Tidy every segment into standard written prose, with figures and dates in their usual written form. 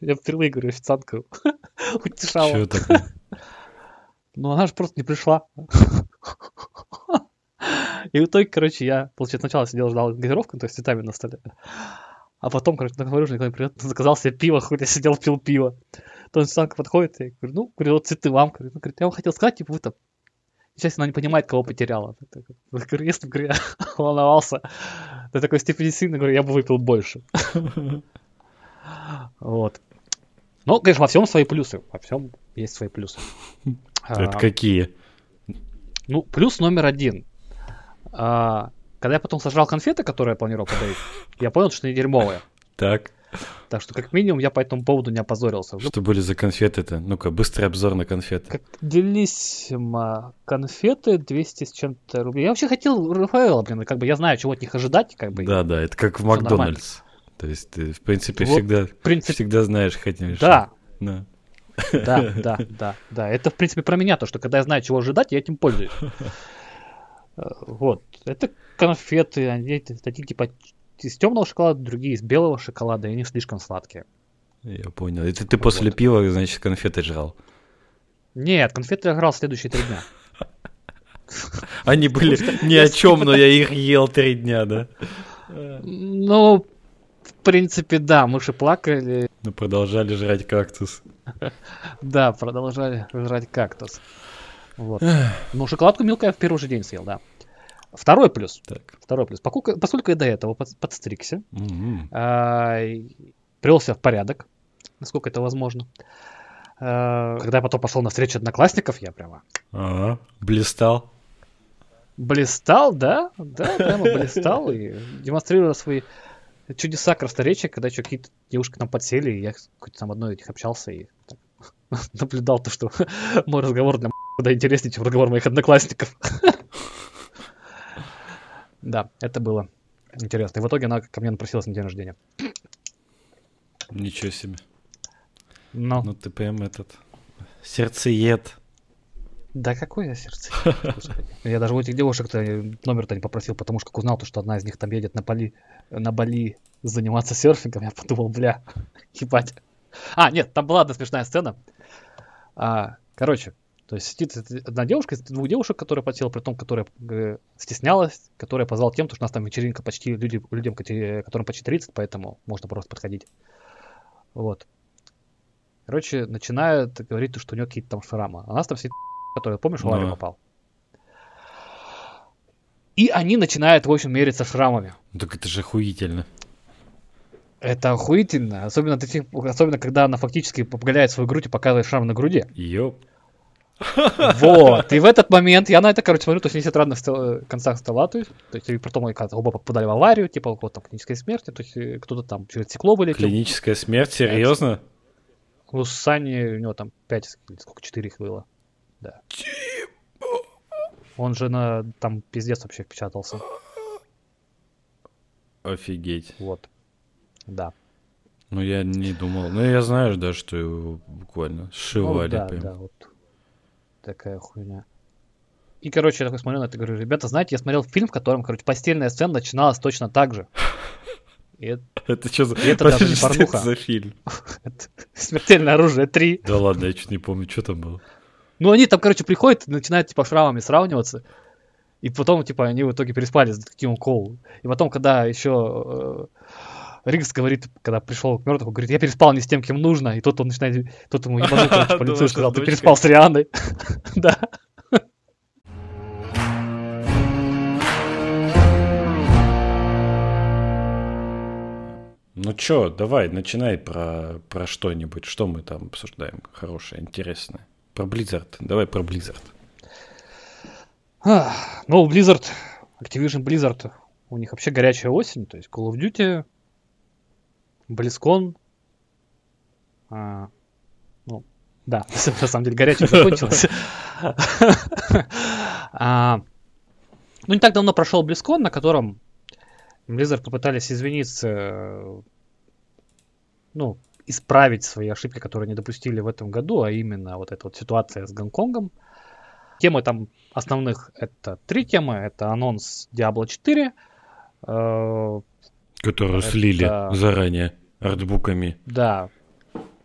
Я впервые, говорю, официантку утешала. Чё такое? Ну, она же просто не пришла. И в итоге, короче, я, получается, сначала сидел, ждал газировку, то есть цветами на столе. А потом, короче, говорю, что никто не придет, заказал себе пиво, хоть я сидел, пил пиво. То официантка подходит, и я говорю, ну, говорю, вот цветы вам. Говорю, я вам хотел сказать, типа, вы там, сейчас она не понимает, кого потеряла. Я говорю, если бы, говорю, я волновался до такой степени сильно, говорю, я бы выпил больше. Вот. Но, конечно, во всем свои плюсы. Во всем есть свои плюсы. Это какие? Ну, плюс номер один. Когда я потом сожрал конфеты, которые я планировал подарить, я понял, что они дерьмовые. Так. Так что, как минимум, я по этому поводу не опозорился. Что были за конфеты-то? Ну-ка, быстрый обзор на конфеты. Как делись конфеты 200 с чем-то рублей. Я вообще хотел Рафаэла, блин, как бы я знаю, чего от них ожидать, как бы. Да, это как в Макдональдс. То есть ты, в принципе, Вот, всегда знаешь, хотим. Да. Да. Да. Это, в принципе, про меня, то, что когда я знаю, чего ожидать, я этим пользуюсь. Вот. Это конфеты, они такие, типа, из темного шоколада, другие из белого шоколада, и они слишком сладкие. Я понял. Это ты после пива, значит, конфеты жрал? Нет, конфеты я жрал следующие 3 дня. Они были ни о чем, но я их ел 3 дня, да? Ну, в принципе, да, мыши плакали. Но продолжали жрать кактус. Да, продолжали жрать кактус. Вот. Ну, шоколадку Милка я в первый же день съел, да. Второй плюс. Поскольку я до этого подстригся, привел себя в порядок, насколько это возможно. Когда я потом пошел на встречу одноклассников, я прямо... Блистал? Блистал, да, прямо блистал и демонстрировал свои чудеса красноречия, когда еще какие-то девушки там подсели, и я какой-то там одной из них общался и так, наблюдал то, что мой разговор для куда интереснее, чем разговор моих одноклассников. Да, это было интересно. И в итоге она ко мне напросилась на день рождения. Ничего себе. Ну ты прям сердцеед. Да какой я сердцеед? Я даже у этих девушек-то номер-то не попросил, потому что как узнал, что одна из них там едет на Бали заниматься серфингом, я подумал, бля, ебать. Нет, там была одна смешная сцена. Короче, то есть сидит одна девушка из 2 девушек, которая подсела, при том, которая стеснялась, которая позвала тем, что у нас там вечеринка почти людям, которым почти 30, поэтому можно просто подходить. Вот. Короче, начинает говорить, что у нее какие-то там шрамы. А у нас там сидит, который, помнишь, в аварию попал. И они начинают, в общем, мериться шрамами. Так это же охуительно. Это охуительно. Особенно когда она фактически поголяет свою грудь и показывает шрам на груди. Ёп. Вот. И в этот момент я на это, смотрю, то есть они сидят в разных концах стола, то есть и потом оба попадали в аварию, типа вот там клинической смерти, то есть кто-то там через стекло вылетел. Клиническая смерть? Серьезно? У Сани, у него там 5, сколько, 4 их было. Да. Он же там пиздец вообще впечатался. Офигеть. Вот. Да. Ну, я не думал. Ну, я знаю, да, что его буквально сшивали. Да, вот. Такая хуйня. И, короче, я такой смотрю на это и говорю, ребята, знаете, я смотрел фильм, в котором, постельная сцена начиналась точно так же. Это что за... Это даже не порнуха. за фильм? «Смертельное оружие 3». Да ладно, я чуть не помню, что там было. Ну, они там, приходят и начинают, шрамами сравниваться. И потом, они в итоге переспали с таким уколом. И потом, когда еще Рикс говорит, когда пришел к мертвому, говорит, я переспал не с тем, кем нужно. И тот ему ебанул по лицу и сказал, ты переспал с Рианной. Да. Ну чё, давай, начинай про что-нибудь. Что мы там обсуждаем хорошее, интересное? Про Blizzard. Давай про Blizzard. Ну, Blizzard, Activision Blizzard, у них вообще горячая осень. То есть Call of Duty, BlizzCon. Ну, да, на самом деле горячая закончилась. Ну, не так давно прошел BlizzCon, на котором Blizzard попытались извиниться, исправить свои ошибки, которые они допустили в этом году, а именно вот эта вот ситуация с Гонконгом. Темы там основных это 3 темы. Это анонс Diablo 4. Которую слили заранее артбуками. Да.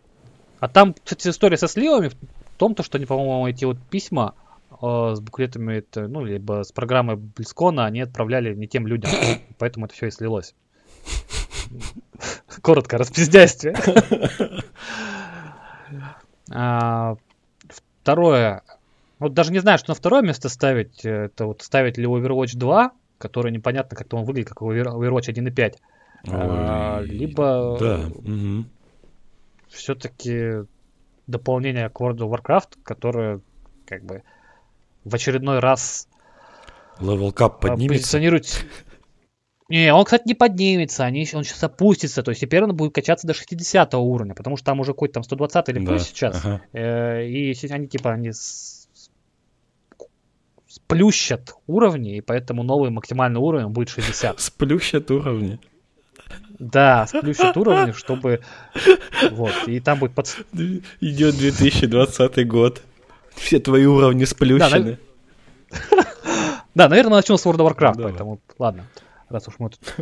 А там, кстати, история со сливами в том, то, что они, по-моему, эти вот письма с буклетами, ну, либо с программой Близкона, они отправляли не тем людям. Поэтому это все и слилось. Коротко, распиздяйствие. Второе. Вот даже не знаю, что на второе место ставить. Это вот ставить ли Overwatch 2, который непонятно, как-то он выглядит, как Overwatch 1.5. Либо да. все-таки дополнение к World of Warcraft, которое как бы в очередной раз Level Cap поднимется? Позиционирует... Не, он, кстати, не поднимется, он сейчас опустится, то есть теперь он будет качаться до 60 уровня, потому что там уже какой-то там 120 или плюс сейчас, и они типа сплющат уровни, и поэтому новый максимальный уровень будет 60. Сплющат уровни? Да, сплющат уровни, чтобы... Вот, и там будет... Идет 2020 год, все твои уровни сплющены. Да, наверное, мы начнем с World of Warcraft, поэтому ладно. Раз уж мы тут...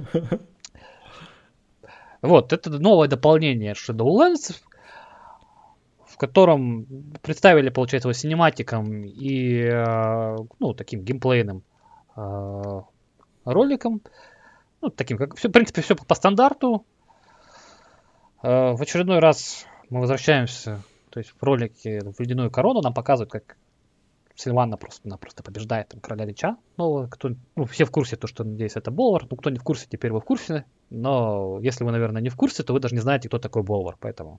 Вот, это новое дополнение Shadowlands, в котором представили, получается, его синематиком и, ну, таким геймплейным роликом. Ну, таким, как все, в принципе, все по стандарту. В очередной раз мы возвращаемся, то есть в ролике в Ледяную Корону нам показывают, как Сильвана просто побеждает там короля Лича нового. Все в курсе, то, что, надеюсь, это Болвар. Ну, кто не в курсе, теперь вы в курсе. Но если вы, наверное, не в курсе, то вы даже не знаете, кто такой Болвар, поэтому...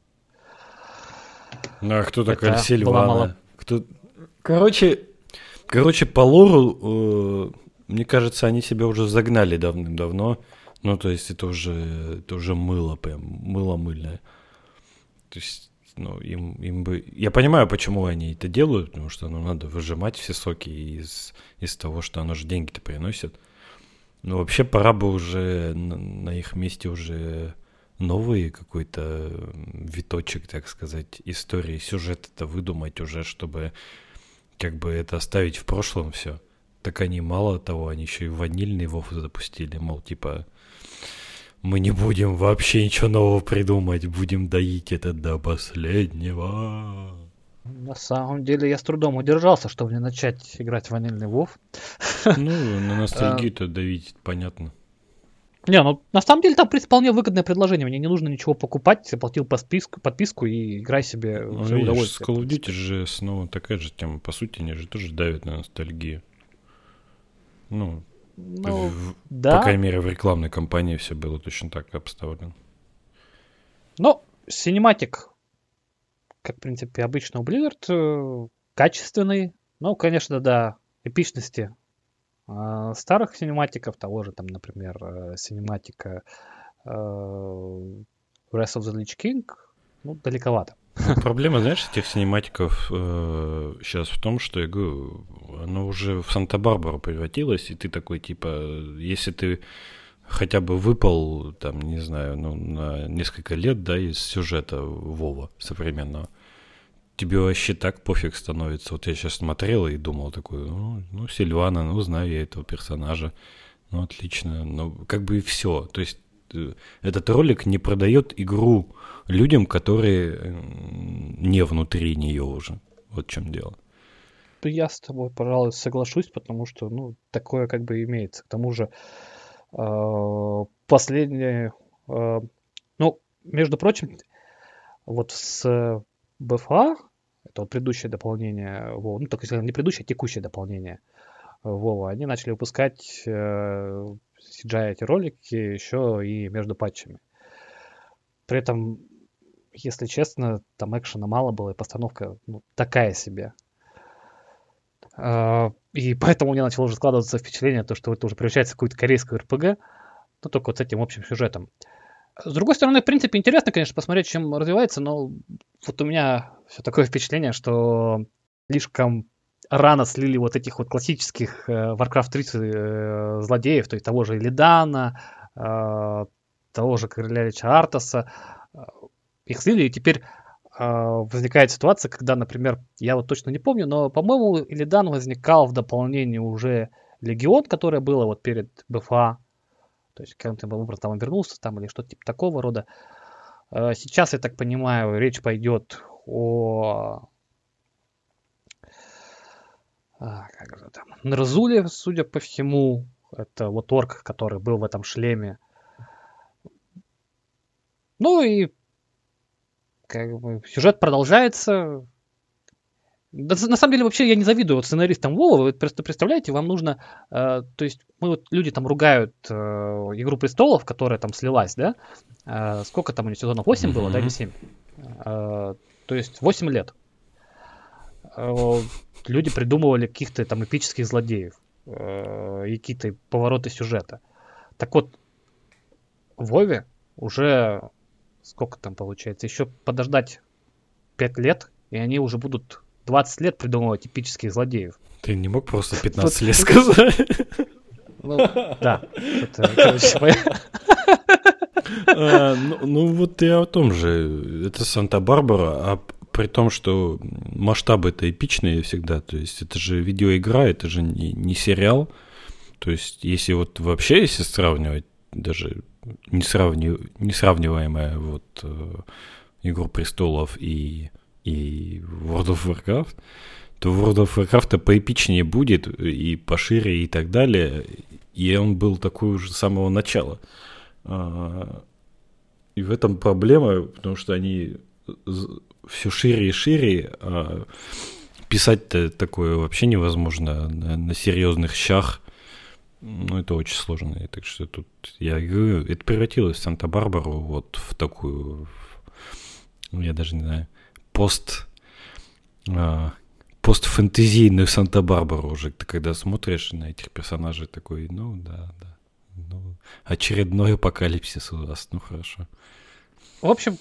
Ну, а кто такая Сильвана? Короче, по лору, мне кажется, они себя уже загнали давным-давно. Ну, то есть это уже мыло, прям мыло мыльное. То есть, ну, им бы... Я понимаю, почему они это делают, потому что, ну, надо выжимать все соки из того, что оно же деньги-то приносит. Но вообще пора бы уже на их месте уже новый какой-то виточек, так сказать, истории, сюжет-то выдумать уже, чтобы как бы это оставить в прошлом все. Так они мало того, они еще и ванильный WoW запустили, мол, типа... Мы не будем вообще ничего нового придумать, будем доить это до последнего. На самом деле я с трудом удержался, чтобы не начать играть в ванильный WoW. Ну, на ностальгию-то давить, понятно. Не, ну на самом деле там, в принципе, вполне выгодное предложение. Мне не нужно ничего покупать, оплатил подписку и играй себе в свое удовольствие. С Call of Duty же снова такая же тема. По сути, они же тоже давят на ностальгию. Ну, да. По крайней мере, в рекламной кампании все было точно так обставлено. Ну, синематик, как, в принципе, обычно у Blizzard, качественный. Ну, конечно, да, эпичности старых синематиков, того же, там, например, синематика Wrath of the Lich King, ну, далековато. Проблема, знаешь, этих синематиков сейчас в том, что, я говорю, оно уже в Санта-Барбару превратилось, и ты такой, типа, если ты хотя бы выпал, там, не знаю, ну, на несколько лет, да, из сюжета Вова современного, тебе вообще так пофиг становится. Вот я сейчас смотрел и думал такой, ну Сильвана, ну, знаю я этого персонажа, ну, отлично, ну, как бы и все. То есть этот ролик не продает игру людям, которые не внутри нее уже. Вот в чем дело. Я с тобой, пожалуй, соглашусь, потому что, ну, такое как бы имеется. К тому же, последнее... ну, между прочим, вот с БФА, это вот предыдущее дополнение WoW, ну, только не предыдущее, а текущее дополнение WoW, они начали выпускать CGI эти ролики еще и между патчами. При этом, если честно, там экшена мало было, и постановка, ну, такая себе. И поэтому у меня начало уже складываться впечатление, то, что это уже превращается в какую-то корейскую РПГ, ну, только вот с этим общим сюжетом. С другой стороны, в принципе, интересно, конечно, посмотреть, чем развивается, но вот у меня все такое впечатление, что слишком рано слили вот этих вот классических Warcraft 3 злодеев, то есть того же Илидана, того же Короля Лича Артаса. Их слили, и теперь возникает ситуация, когда, например, я вот точно не помню, но, по-моему, Илидан возникал в дополнении уже Легион, которое было вот перед БФА. То есть каким-то образом там он вернулся там или что-то типа такого рода. Сейчас, я так понимаю, речь пойдет о как же там, Нрзуле, судя по всему. Это вот орк, который был в этом шлеме. Ну и как бы сюжет продолжается. Да, на самом деле, вообще, я не завидую вот сценаристам Вова. Вы просто представляете, вам нужно... то есть, мы вот люди там ругают «Игру престолов», которая там слилась, да? Сколько там у нее сезонов? 8 было, да, или 7? То есть, 8 лет. Люди придумывали каких-то там эпических злодеев. И какие-то повороты сюжета. Так вот, в Вове уже... Сколько там получается? Еще подождать 5 лет, и они уже будут... 20 лет придумывать эпических злодеев. Ты не мог просто 15 лет сказать? Ну, да. Это, короче, ну, вот я о том же. Это Санта-Барбара, а при том, что масштабы-то эпичные всегда. То есть это же видеоигра, это же не сериал. То есть если вот вообще, если сравнивать, даже несравниваемая вот «Игру престолов» и World of Warcraft, то World of Warcraft поэпичнее будет и пошире и так далее. И он был такой уже с самого начала. И в этом проблема, потому что они все шире и шире. Писать-то такое вообще невозможно на серьезных щах. Ну, это очень сложно. И так что тут, я говорю, это превратилось в Санта-Барбару вот в такую, я даже не знаю, постфэнтезийную Санта-Барбару уже. Ты когда смотришь на этих персонажей, такой, ну да, ну, очередной апокалипсис у вас, ну хорошо. В общем,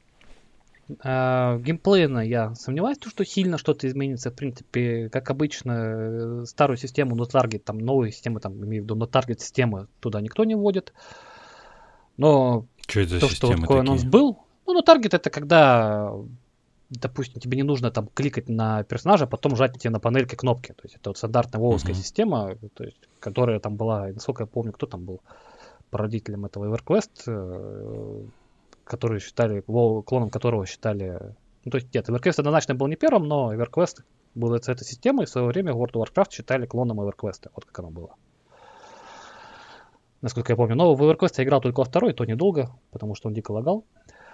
геймплейно я сомневаюсь, что сильно что-то изменится. В принципе, как обычно, старую систему NoTarget, там новые системы, там, имею в виду NoTarget системы, туда никто не вводит. Но что это за то, что вот такой анонс был, ну, NoTarget это когда, допустим, тебе не нужно там кликать на персонажа, а потом жать тебе на панельке кнопки. То есть это вот стандартная вовская система, то есть, которая там была, насколько я помню, кто там был породителем этого EverQuest, который считали, клоном которого считали... Ну, то есть, нет, EverQuest однозначно был не первым, но EverQuest была эта система, и в свое время World of Warcraft считали клоном EverQuest. Вот как оно было. Насколько я помню. Но в EverQuest я играл только во второй, то недолго, потому что он дико лагал.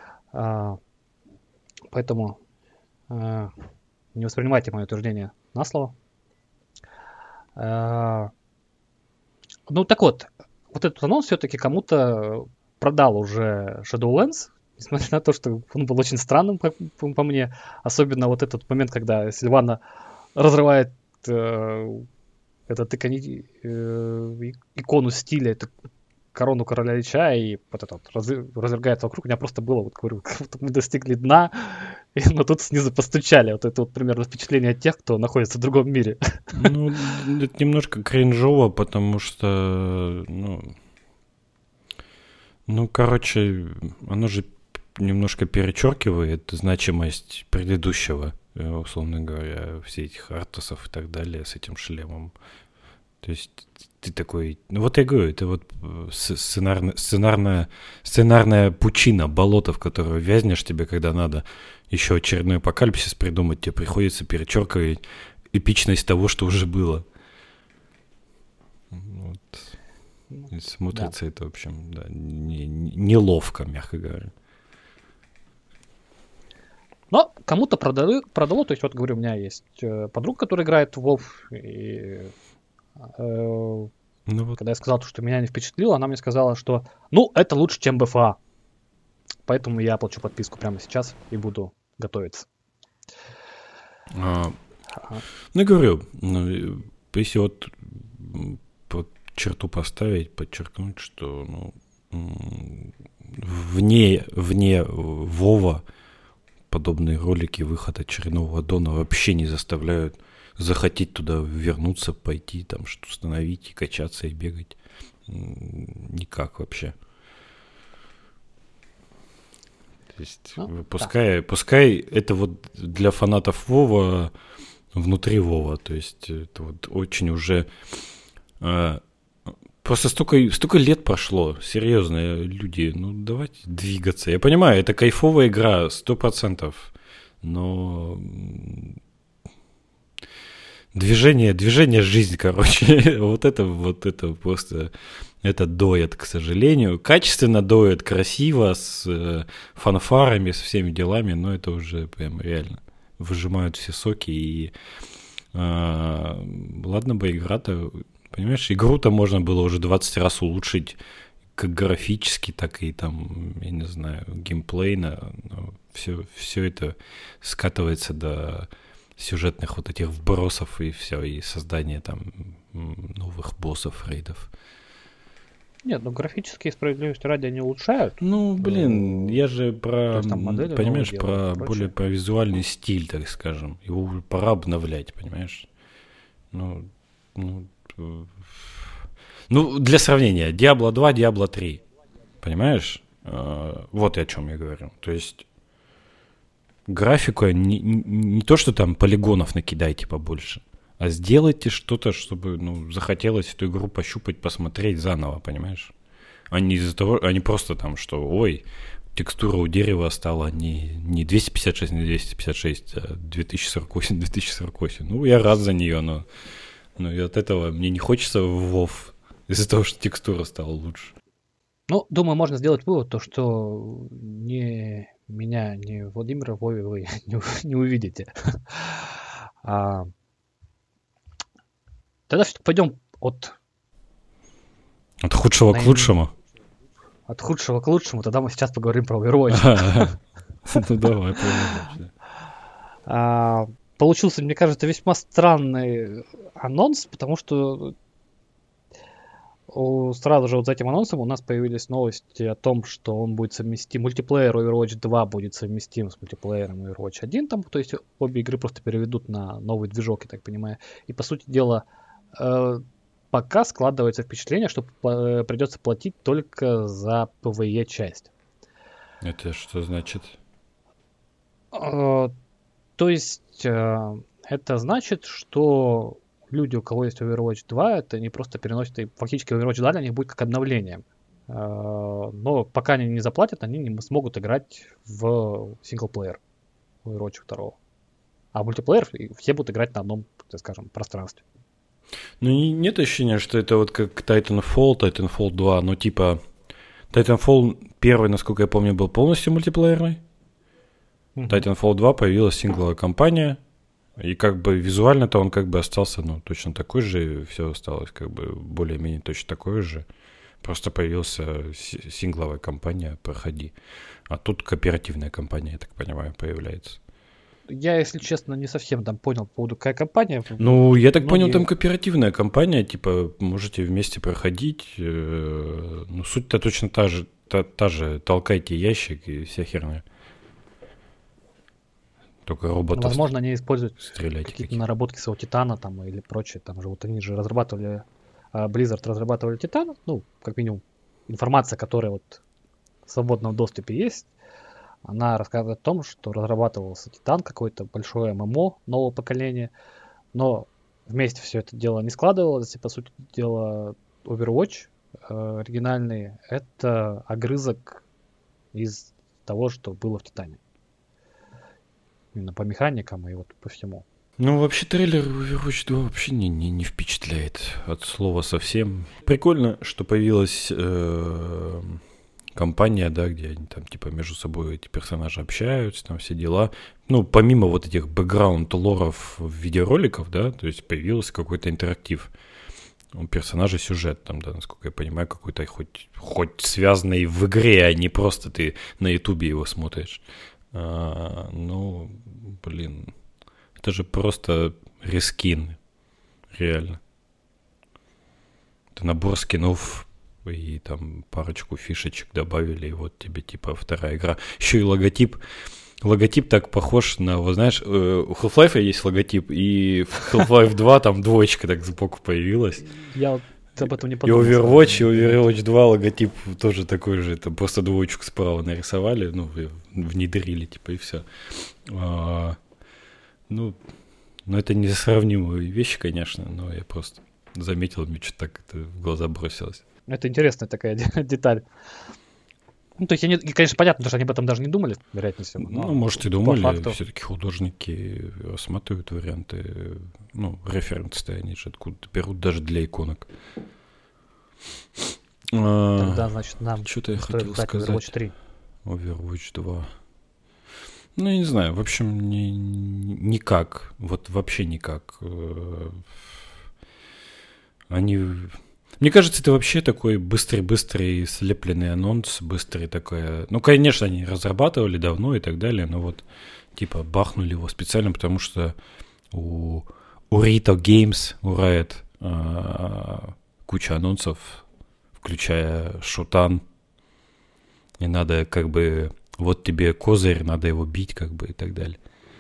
Поэтому не воспринимайте мое утверждение на слово. Ну, так вот этот анонс все-таки кому-то продал уже Shadowlands, несмотря на то, что он был очень странным, по мне. Особенно вот этот момент, когда Сильвана разрывает икону стиля, эту корону короля Лича, и вот это вот развергается вокруг. У меня просто было, вот говорю, как будто мы достигли дна, но тут снизу постучали. Вот это вот примерно впечатление от тех, кто находится в другом мире. Ну, это немножко кринжово, потому что, ну, короче, оно же немножко перечеркивает значимость предыдущего, условно говоря, все этих артасов и так далее с этим шлемом. То есть ты такой... Ну вот я говорю, это вот сценарная пучина, болото, в которое вязнешь тебе, когда надо еще очередной апокалипсис придумать, тебе приходится перечеркивать эпичность того, что уже было. Вот. И смотрится это, в общем, да, неловко, мягко говоря. Но кому-то продало, то есть вот говорю, у меня есть подруга, которая играет в WoW, и когда я сказал, что меня не впечатлило, она мне сказала, что это лучше, чем БФА. Поэтому я оплачу подписку прямо сейчас и буду готовиться. Ну, говорю, если вот под черту поставить, подчеркнуть, что вне Вова подобные ролики, выход очередного аддона вообще не заставляют захотеть туда вернуться, пойти, там что установить, и качаться, и бегать. Никак вообще. То есть, пускай это вот для фанатов Вова внутри Вова. То есть, это вот очень уже Просто столько лет прошло, серьезно, люди, ну давайте двигаться. Я понимаю, это кайфовая игра, 100%, но движение жизнь, короче. вот это просто, это доет, к сожалению. Качественно доет, красиво, с фанфарами, со всеми делами, но это уже прям реально выжимают все соки. И ладно бы игра-то, понимаешь, игру-то можно было уже 20 раз улучшить, как графически, так и там, я не знаю, геймплейно. Все это скатывается до сюжетных вот этих вбросов и все, и создание там новых боссов, рейдов. Нет, ну графические справедливости ради они улучшают. Ну, блин, я же про, понимаешь, про более про визуальный стиль, так скажем. Его уже пора обновлять, понимаешь? Ну, для сравнения, Diablo 2, Diablo 3, понимаешь? Вот и о чем я говорю. То есть графику не то, что там полигонов накидайте побольше, а сделайте что-то, чтобы захотелось эту игру пощупать, посмотреть заново, понимаешь? А не из-за того, а не просто там, что, ой, текстура у дерева стала не 256 на 256, а 2048 2048. Ну, я рад за нее, но и от этого мне не хочется в WoW из-за того, что текстура стала лучше. Ну, думаю, можно сделать вывод, то, что ни меня, ни Владимира в Вове вы не увидите. Тогда все-таки пойдем от худшего к лучшему. От худшего к лучшему. Тогда мы сейчас поговорим про Overwatch. Ну давай, получился, мне кажется, весьма странный анонс, потому что сразу же вот за этим анонсом у нас появились новости о том, что он будет совместим, мультиплеер Overwatch 2 будет совместим с мультиплеером Overwatch 1, там, то есть обе игры просто переведут на новый движок, я так понимаю. И по сути дела, пока складывается впечатление, что придется платить только за PvE часть. Это что значит? То есть это значит, что люди, у кого есть Overwatch 2, это не просто переносят, и фактически Overwatch 2 для них будет как обновление. Но пока они не заплатят, они не смогут играть в синглплеер Overwatch 2. А мультиплеер все будут играть на одном, так скажем, пространстве. Ну, нет ощущения, что это вот как Titanfall 2, ну типа Titanfall 1, насколько я помню, был полностью мультиплеерный. Titanfall 2 появилась сингловая кампания, и как бы визуально-то он как бы остался, точно такой же, все осталось как бы более-менее точно такое же. Просто появилась сингловая кампания, проходи. А тут кооперативная кампания, я так понимаю, появляется. Я, если честно, не совсем там понял, по поводу какая компания. Ну, я так понял, там кооперативная компания, типа, можете вместе проходить. Ну, суть-то точно та же, толкайте ящик и вся херня. Только роботы. Возможно, они используют какие-то наработки своего Титана там или прочее. Там же вот они же разрабатывали, Blizzard разрабатывали Титан, ну, как минимум, информация, которая вот в свободном доступе есть. Она рассказывает о том, что разрабатывался Титан, какое-то большое ММО нового поколения, но вместе все это дело не складывалось, и, по сути дела, Overwatch оригинальный — это огрызок из того, что было в Титане. Именно по механикам и вот по всему. Ну, вообще, трейлер Overwatch 2 вообще не впечатляет от слова совсем. Прикольно, что появилась компания, да, где они там типа между собой эти персонажи общаются, там все дела. Ну, помимо вот этих бэкграунд-лоров видеороликов, да, то есть появился какой-то интерактив. У персонажа сюжет там, да, насколько я понимаю, какой-то хоть связанный в игре, а не просто ты на ютубе его смотришь. Ну, блин, это же просто рескин, реально. Это набор скинов и там парочку фишечек добавили, и вот тебе типа вторая игра. Еще и логотип. Логотип так похож на, вот знаешь, у Half-Life есть логотип, и в Half-Life 2 там двоечка так сбоку появилась. Я вот об этом не подумал. И Overwatch 2 логотип тоже такой же, это просто двоечку справа нарисовали, ну, внедрили, типа, и все. Ну, это несравнимые вещи, конечно, но я просто заметил, мне что-то так это в глаза бросилось. Это интересная такая деталь. Ну, то есть, конечно, понятно, что они об этом даже не думали, вероятнее всего. Ну, может, и думали, все-таки художники рассматривают варианты, ну, референсы они же откуда-то берут даже для иконок. Тогда, значит, нам что-то я хотел сказать. Overwatch 3. Overwatch 2. Ну, я не знаю, в общем, никак. Вот вообще никак. Они... Мне кажется, это вообще такой быстрый слепленный анонс, быстрый такой... Ну, конечно, они разрабатывали давно и так далее, но вот, типа, бахнули его специально, потому что у Rito Games, у Riot куча анонсов, включая Шотан, и надо как бы... Вот тебе козырь, надо его бить, как бы, и так далее.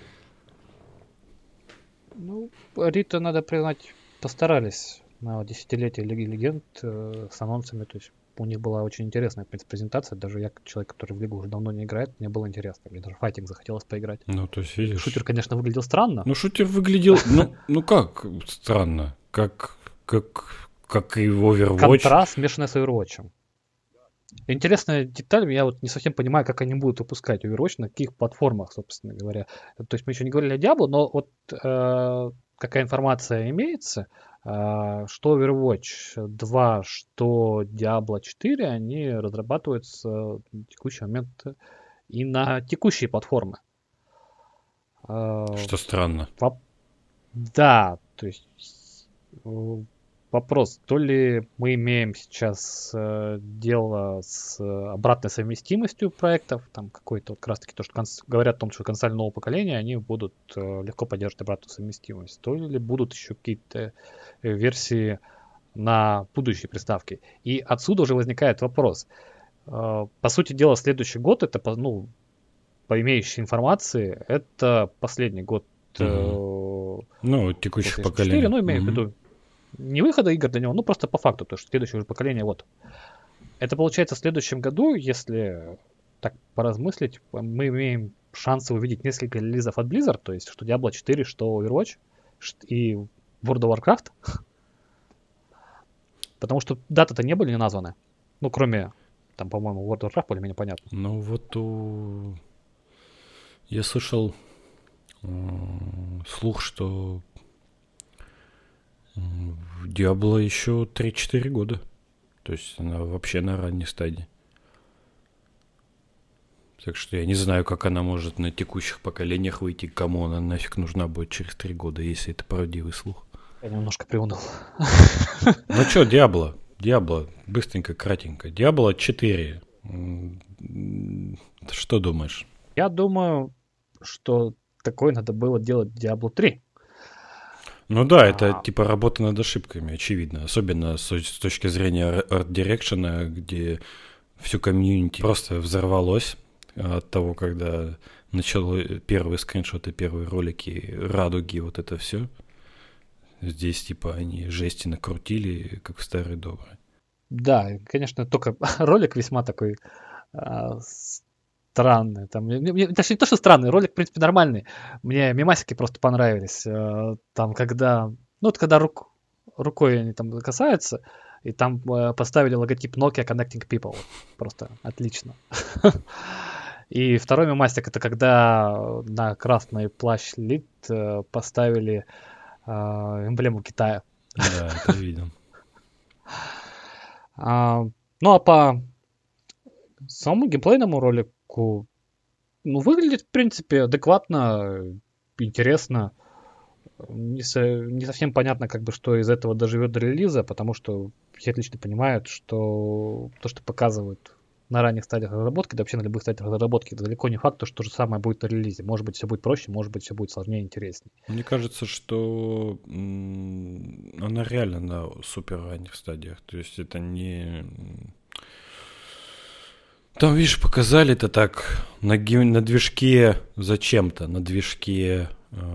Ну, Rito, надо признать, постарались на десятилетие Лиги Легенд с анонсами. То есть у них была очень интересная, в принципе, презентация. Даже я, как человек, который в Лигу уже давно не играет, мне было интересно. Мне даже файтинг захотелось поиграть. Ну, то есть, видишь... Шутер, конечно, выглядел странно. Ну, шутер выглядел... Ну, как странно? Как и Overwatch. Контраст, смешанный с Overwatch. Интересная деталь, я вот не совсем понимаю, как они будут выпускать Overwatch, на каких платформах, собственно говоря. То есть мы еще не говорили о Diablo, но вот какая информация имеется, что Overwatch 2, что Diablo 4, они разрабатываются в текущий момент и на текущие платформы. Что странно. Да, то есть вопрос, то ли мы имеем сейчас дело с обратной совместимостью проектов, там какой-то вот как раз таки то, что говорят о том, что консоль нового поколения, они будут легко поддерживать обратную совместимость, то ли будут еще какие-то версии на будущие приставки. И отсюда уже возникает вопрос. По сути дела, следующий год, это, ну, по имеющей информации, это последний год ну, текущих поколений. 4, ну, имею в виду не выхода игр для него, ну просто по факту, то, что следующее уже поколение, вот. Это получается в следующем году, если так поразмыслить, мы имеем шансы увидеть несколько релизов от Blizzard, то есть что Diablo 4, что Overwatch и World of Warcraft. Потому что даты-то не были названы. Ну, кроме, там, по-моему, World of Warcraft более-менее понятно. Ну, вот я слышал слух, что в Diablo еще 3-4 года. То есть она вообще на ранней стадии. Так что я не знаю, как она может на текущих поколениях выйти, кому она нафиг нужна будет через 3 года, если это правдивый слух. Я немножко приуныл. Ну что, Diablo, быстренько, кратенько. Diablo 4. Что думаешь? Я думаю, что такое надо было делать Diablo 3. Ну да, это типа работа над ошибками, очевидно. Особенно с точки зрения арт-дирекшена, где все комьюнити просто взорвалось от того, когда начало первые скриншоты, первые ролики, радуги, вот это все. Здесь типа они жести накрутили, как в старые добрые. Да, конечно, только ролик весьма такой странный. Там, даже не то, что странный, ролик, в принципе, нормальный. Мне мемасики просто понравились. Там, когда... Ну, вот когда рукой они там касаются, и там поставили логотип Nokia Connecting People. Просто отлично. И второй мемасик, это когда на красный плащ лид поставили эмблему Китая. Да, это видел. Ну, а по самому геймплейному ролику, ну, выглядит, в принципе, адекватно, интересно. Не совсем понятно, как бы, что из этого доживет до релиза, потому что все отлично понимают, что то, что показывают на ранних стадиях разработки, да вообще на любых стадиях разработки, это далеко не факт, что то же самое будет на релизе. Может быть, все будет проще, может быть, все будет сложнее и интереснее. Мне кажется, что она реально на супер ранних стадиях. То есть это не... Там, видишь, показали это так на движке зачем-то, на движке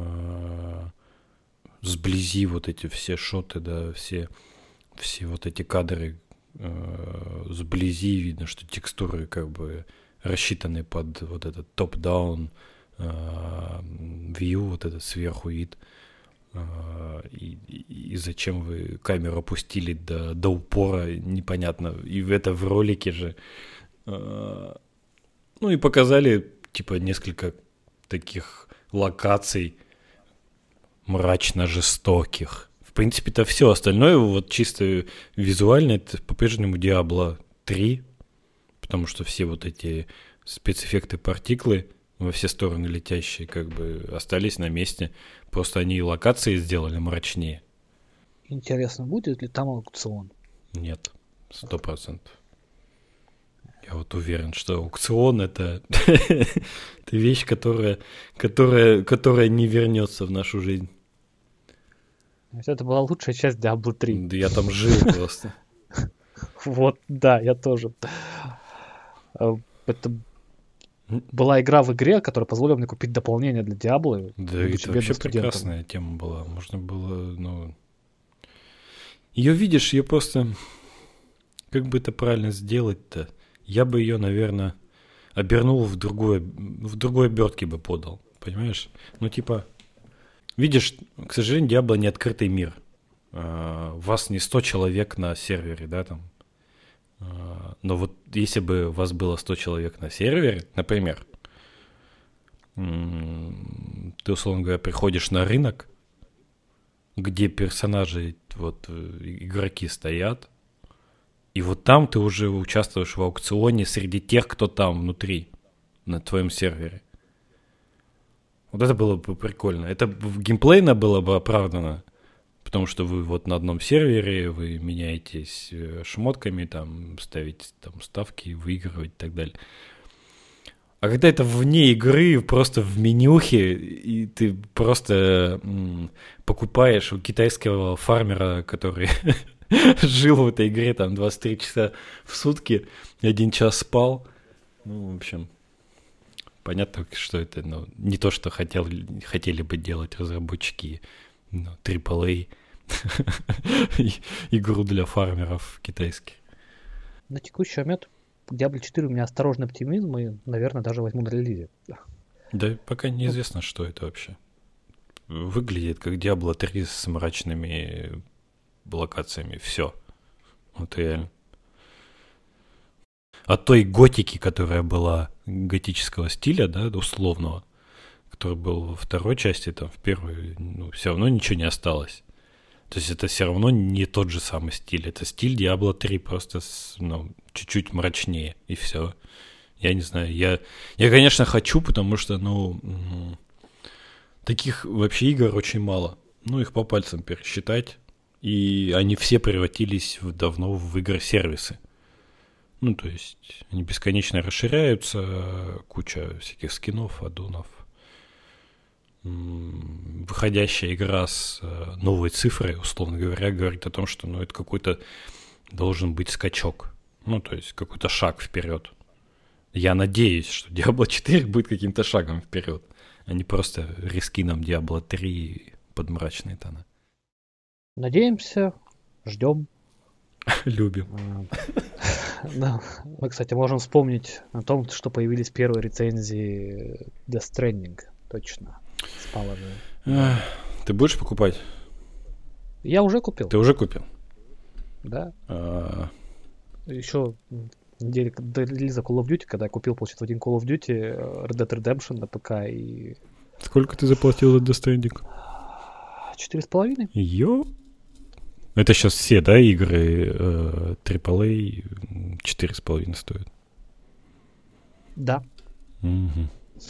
сблизи вот эти все шоты, да, все вот эти кадры сблизи видно, что текстуры как бы рассчитаны под вот этот топ-даун view, вот этот сверху вид. И зачем вы камеру опустили до упора, непонятно. И это в ролике же. Ну и показали, типа, несколько таких локаций мрачно жестоких. В принципе-то все остальное, вот чисто визуально, это по-прежнему Diablo 3, потому что все вот эти спецэффекты партиклы во все стороны летящие как бы остались на месте. Просто они локации сделали мрачнее. Интересно, будет ли там аукцион? Нет, 100%. Я вот уверен, что аукцион это вещь, которая не вернется в нашу жизнь. Это была лучшая часть Diablo 3. Да я там жил просто. Вот, да, я тоже. Это была игра в игре, которая позволила мне купить дополнение для Diablo. Да, это вообще прекрасная тема была. Можно было, ну... Ее видишь, ее просто... Как бы это правильно сделать-то? Я бы ее, наверное, обернул в другой обертке бы подал. Понимаешь? Ну, типа... Видишь, к сожалению, Diablo не открытый мир. Вас не 100 человек на сервере, да, там. Но вот если бы у вас было 100 человек на сервере, например, ты, условно говоря, приходишь на рынок, где персонажи, вот, игроки стоят, и вот там ты уже участвуешь в аукционе среди тех, кто там внутри, на твоем сервере. Вот это было бы прикольно. Это геймплейно было бы оправдано, потому что вы вот на одном сервере, вы меняетесь шмотками, там, ставите там ставки, выигрывать и так далее. А когда это вне игры, просто в менюхе, и ты просто покупаешь у китайского фармера, который жил в этой игре там 23 часа в сутки, 1 час спал. Ну, в общем, понятно, что это не то, что хотели бы делать разработчики AAA, игру для фармеров китайских. На текущий момент Diablo 4 у меня осторожный оптимизм, и, наверное, даже возьму на релизе. Да пока неизвестно, что это вообще. Выглядит как Diablo 3 с мрачными локациями. Все. Вот реально. От той готики, которая была готического стиля, да, условного, который был во второй части, там, в первой, ну, все равно ничего не осталось. То есть это все равно не тот же самый стиль. Это стиль Diablo 3, просто чуть-чуть мрачнее, и все. Я не знаю. Я, конечно, хочу, потому что, таких вообще игр очень мало. Ну, их по пальцам пересчитать. И они все превратились давно в игры-сервисы. Ну, то есть они бесконечно расширяются, куча всяких скинов, аддонов. Выходящая игра с новой цифрой, условно говоря, говорит о том, что это какой-то должен быть скачок. Ну, то есть какой-то шаг вперед. Я надеюсь, что Diablo 4 будет каким-то шагом вперед, а не просто рескином Diablo 3 под мрачные тона. Надеемся, ждем. Любим. Да. Мы, кстати, можем вспомнить о том, что появились первые рецензии Death Stranding. Точно. Спало же. Ты будешь покупать? Я уже купил. Ты уже купил? Да. Еще неделю до релиза Call of Duty, когда я купил, получается, один Call of Duty, Red Dead Redemption на ПК и... Сколько ты заплатил за Death Stranding? 4,5. Йо? Это сейчас все, да, игры AAA 4,5 стоят? Да. Угу.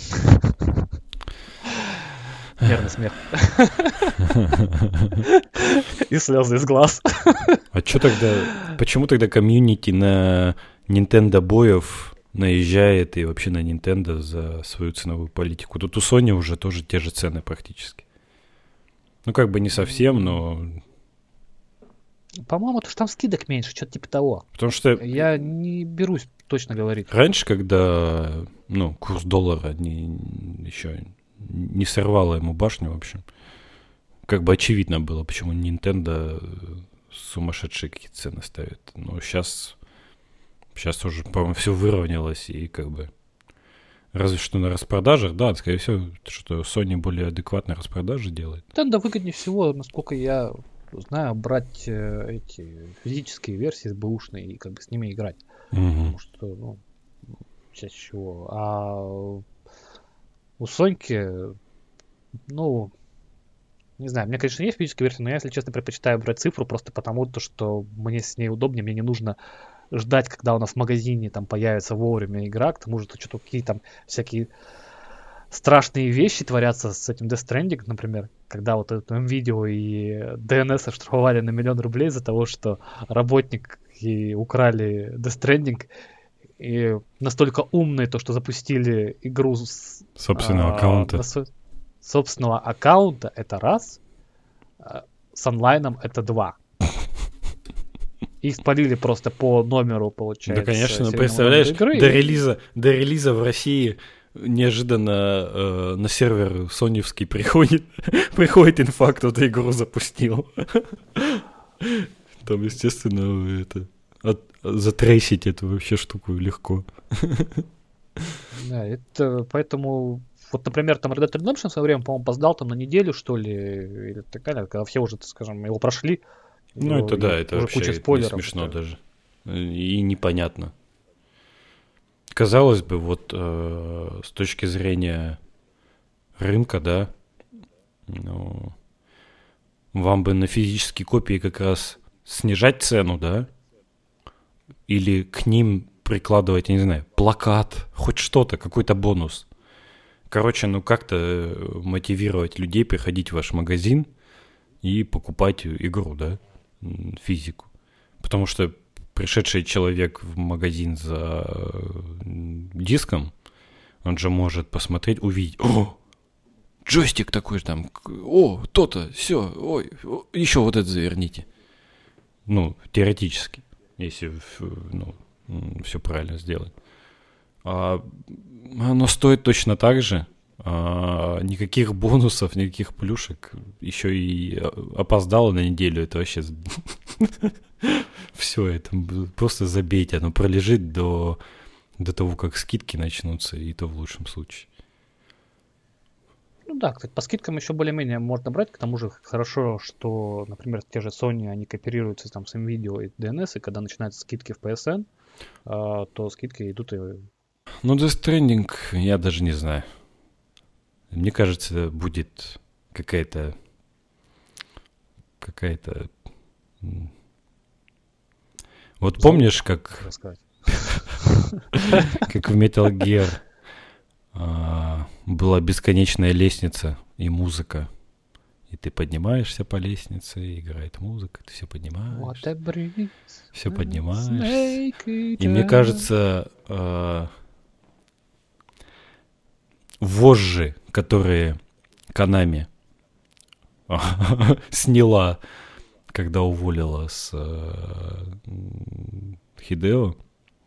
Нервный смех. И слезы из глаз. А что тогда... Почему тогда комьюнити на Nintendo боев наезжает и вообще на Nintendo за свою ценовую политику? Тут у Sony уже тоже те же цены практически. Ну, как бы не совсем, но... По-моему, там скидок меньше, что-то типа того. Потому что... Я не берусь точно говорить. Раньше, когда, курс доллара еще не сорвало ему башню, в общем, как бы очевидно было, почему Nintendo сумасшедшие какие-то цены ставит. Но сейчас уже, по-моему, все выровнялось, и как бы Разве что на распродажах, да, скорее всего, что Sony более адекватные распродажи делает. Да, выгоднее всего, насколько я знаю, брать эти физические версии бэушные и как бы с ними играть. Потому что, ну, чаще всего. А у Соньки, ну, не знаю, у меня, конечно, есть физическая версия, но я, если честно, предпочитаю брать цифру просто потому, что мне с ней удобнее, мне не нужно ждать, когда у нас в магазине там появится вовремя игра, к тому же что-то какие там всякие страшные вещи творятся с этим Death Stranding, например, когда вот это видео и DNS оштрафовали на 1 000 000 рублей за того, что работник и украли Death Stranding, и настолько умные то, что запустили игру с собственного аккаунта. Собственного аккаунта, это раз, с онлайном это два. Их спалили просто по номеру, получается. Да, конечно, представляешь, до релиза в России неожиданно на сервер соневский приходит инфа, кто-то игру запустил. Там, естественно, это затрейсить эту вообще штуку легко. Да, это поэтому... Вот, например, там Red Dead Redemption в свое время, по-моему, опоздал там на неделю, что ли, или так далее, когда все уже, так скажем, его прошли. Ну, это да, это вообще куча спойлеров, не смешно даже. И непонятно. Казалось бы, вот с точки зрения рынка, да, ну, вам бы на физические копии как раз снижать цену, да, или к ним прикладывать, я не знаю, плакат, хоть что-то, какой-то бонус. Короче, ну как-то мотивировать людей приходить в ваш магазин и покупать игру, да, физику. Потому что пришедший человек в магазин за диском, он же может посмотреть, увидеть, о, джойстик такой же там, о, то-то, все, ой, еще вот это заверните. Ну, теоретически, если, ну, все правильно сделать. Оно стоит точно так же. Никаких бонусов, никаких плюшек. Еще и опоздало на неделю. Это вообще... Все, это просто забейте. Оно пролежит до того, как скидки начнутся, и то в лучшем случае. Ну да, кстати, по скидкам еще более-менее можно брать. К тому же хорошо, что, например, те же Sony, они кооперируются там с NVIDIA и DNS, и когда начинаются скидки в PSN, то скидки идут и... Ну, Death Stranding, я даже не знаю. Мне кажется, будет какая-то... Вот помнишь, как в Metal Gear была бесконечная лестница и музыка. И ты поднимаешься по лестнице, и играет музыка, ты все поднимаешься. Все поднимаешься. И мне кажется, вожжи, которые Konami сняла, когда уволила с Хидео,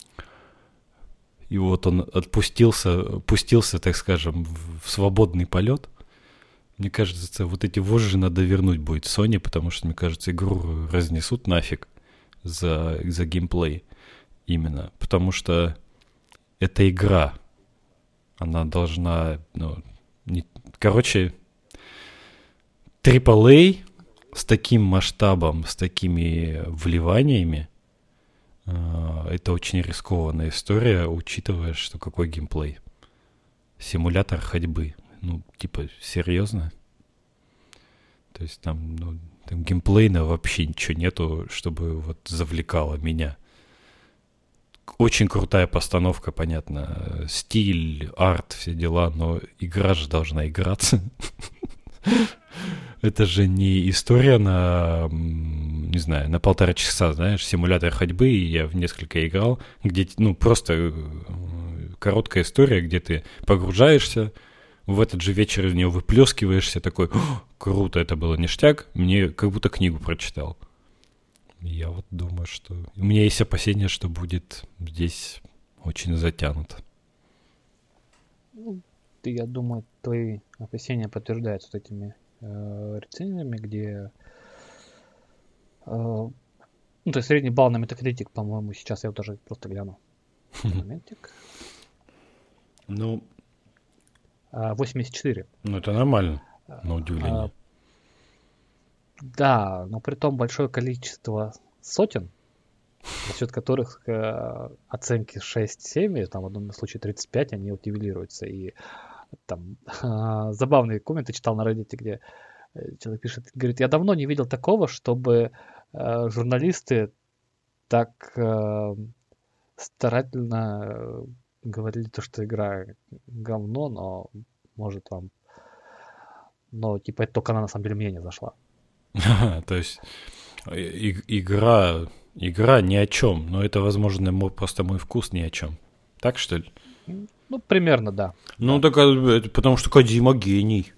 и вот он пустился, так скажем, в свободный полет. Мне кажется, вот эти вожжи надо вернуть будет Sony, потому что, мне кажется, игру разнесут нафиг за геймплей именно. Потому что это игра. Она должна... Ну, короче, AAA с таким масштабом, с такими вливаниями, это очень рискованная история, учитывая, что какой геймплей. Симулятор ходьбы. Ну, типа, серьезно? То есть там, ну, там геймплейно вообще ничего нету, чтобы вот завлекало меня. Очень крутая постановка, понятно. Стиль, арт, все дела, но игра же должна играться. Это же не история на, не знаю, на 1,5 часа, знаешь, симулятор ходьбы, и я в несколько играл, где, ну, просто короткая история, где ты погружаешься, в этот же вечер из нее выплескиваешься, такой, круто, это было ништяк, мне как будто книгу прочитал. Я вот думаю, что... У меня есть опасения, что будет здесь очень затянуто. Ну, я думаю, твои опасения подтверждаются вот этими рецензиями, где... ну, то есть средний балл на Metacritic, по-моему, сейчас я вот даже просто гляну. Моментик. Ну, 84. Ну, это нормально, на удивление. Да, но при том большое количество сотен, за счет которых оценки 6-7, там в одном случае 35, они вот нивелируются. И там забавные комменты читал на Reddit, где человек пишет, говорит, я давно не видел такого, чтобы журналисты так старательно говорили то, что игра говно, но может вам... Но типа это только она на самом деле мне не зашла. То есть игра ни о чем, но это, возможно, просто мой вкус ни о чем. Так что ли? Ну, примерно, да. Ну, так это потому что Кодзима гений.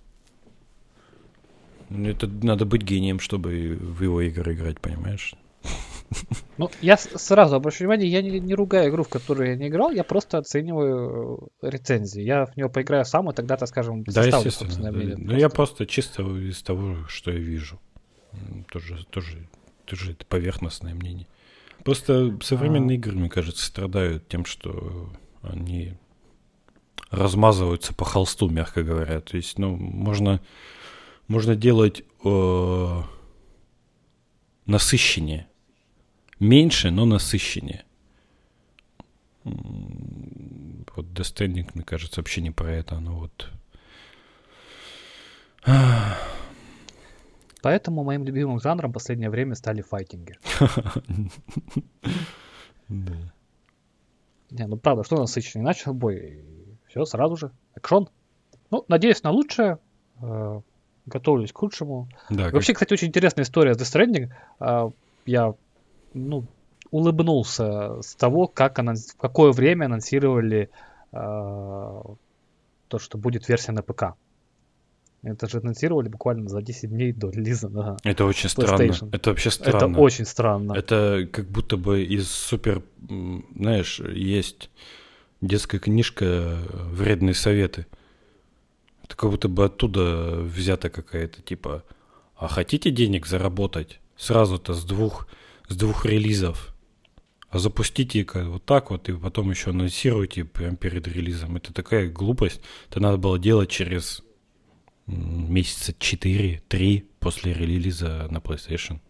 Это надо быть гением, чтобы в его игры играть, понимаешь? Ну, я сразу обращу внимание, я не ругаю игру, в которую я не играл, я просто оцениваю рецензии. Я в нее поиграю сам, и тогда, так скажем, да, составлю собственное мнение. Ну, я просто чисто из того, что я вижу. Тоже это поверхностное мнение. Просто современные игры, мне кажется, страдают тем, что они размазываются по холсту, мягко говоря. То есть, ну, можно делать насыщеннее. Меньше, но насыщеннее. Вот Death Stranding, мне кажется, вообще не про это. Оно вот... Поэтому моим любимым жанром в последнее время стали файтинги. Не, ну правда, что насыщеннее? Начал бой, все, сразу же. Экшон. Ну, надеюсь на лучшее. Готовлюсь к худшему. Да, вообще, кстати, очень интересная история с Death Stranding. Я, улыбнулся с того, в какое время анонсировали то, что будет версия на ПК. Это же анонсировали буквально за 10 дней до релиза на это очень PlayStation. странно. Это вообще странно. Это очень странно. Это как будто бы из супер... Знаешь, есть детская книжка «Вредные советы». Это как будто бы оттуда взята какая-то, типа, а хотите денег заработать? Сразу-то с двух релизов. А запустите вот так вот, и потом еще анонсируйте прямо перед релизом. Это такая глупость. Это надо было делать через месяца 4-3 после релиза на PlayStation.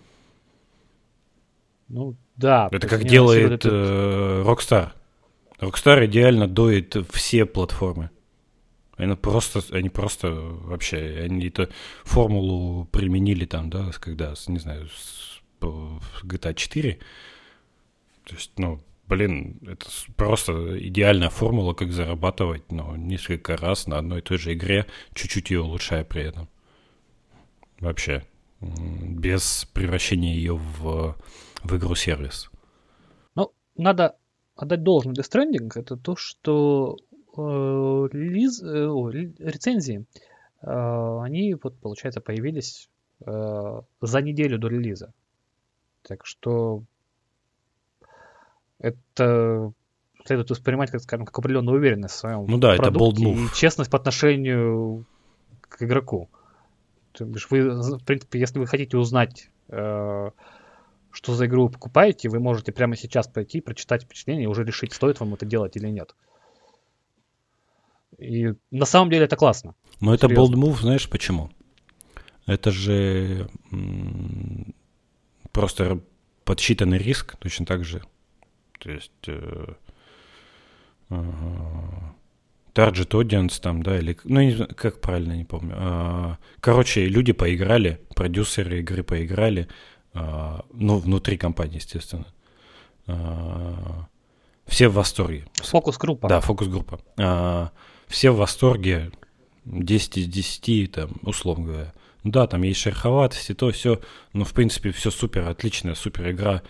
Ну, да. Это как делает Rockstar. Rockstar идеально доит все платформы. Они просто вообще, они эту формулу применили там, да, когда, не знаю, в GTA 4. То есть, это просто идеальная формула, как зарабатывать, несколько раз на одной и той же игре, чуть-чуть ее улучшая при этом. Вообще. Без превращения ее в игру-сервис. Ну, надо отдать должное Death Stranding, это то, что рецензии, они, вот, получается, появились за неделю до релиза. Так что это следует воспринимать, как, скажем, как определенную уверенность в своем продукте и честность по отношению к игроку. То бишь вы, в принципе, если вы хотите узнать, что за игру вы покупаете, вы можете прямо сейчас пойти, прочитать впечатление и уже решить, стоит вам это делать или нет. И на самом деле это классно. Но это bold move, знаешь почему? Это же просто подсчитанный риск, точно так же. То есть target audience там, да, или... Ну, не знаю, как правильно, не помню. Короче, люди поиграли, продюсеры игры поиграли, внутри компании, естественно. Все в восторге. Фокус-группа. Да, фокус-группа. Все в восторге, 10 из 10, там, условно говоря. Да, там есть шероховатости, то все, но в принципе все супер, отличная, супер игра.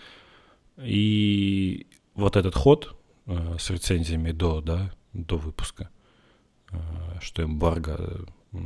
И вот этот ход с рецензиями до выпуска, что эмбарго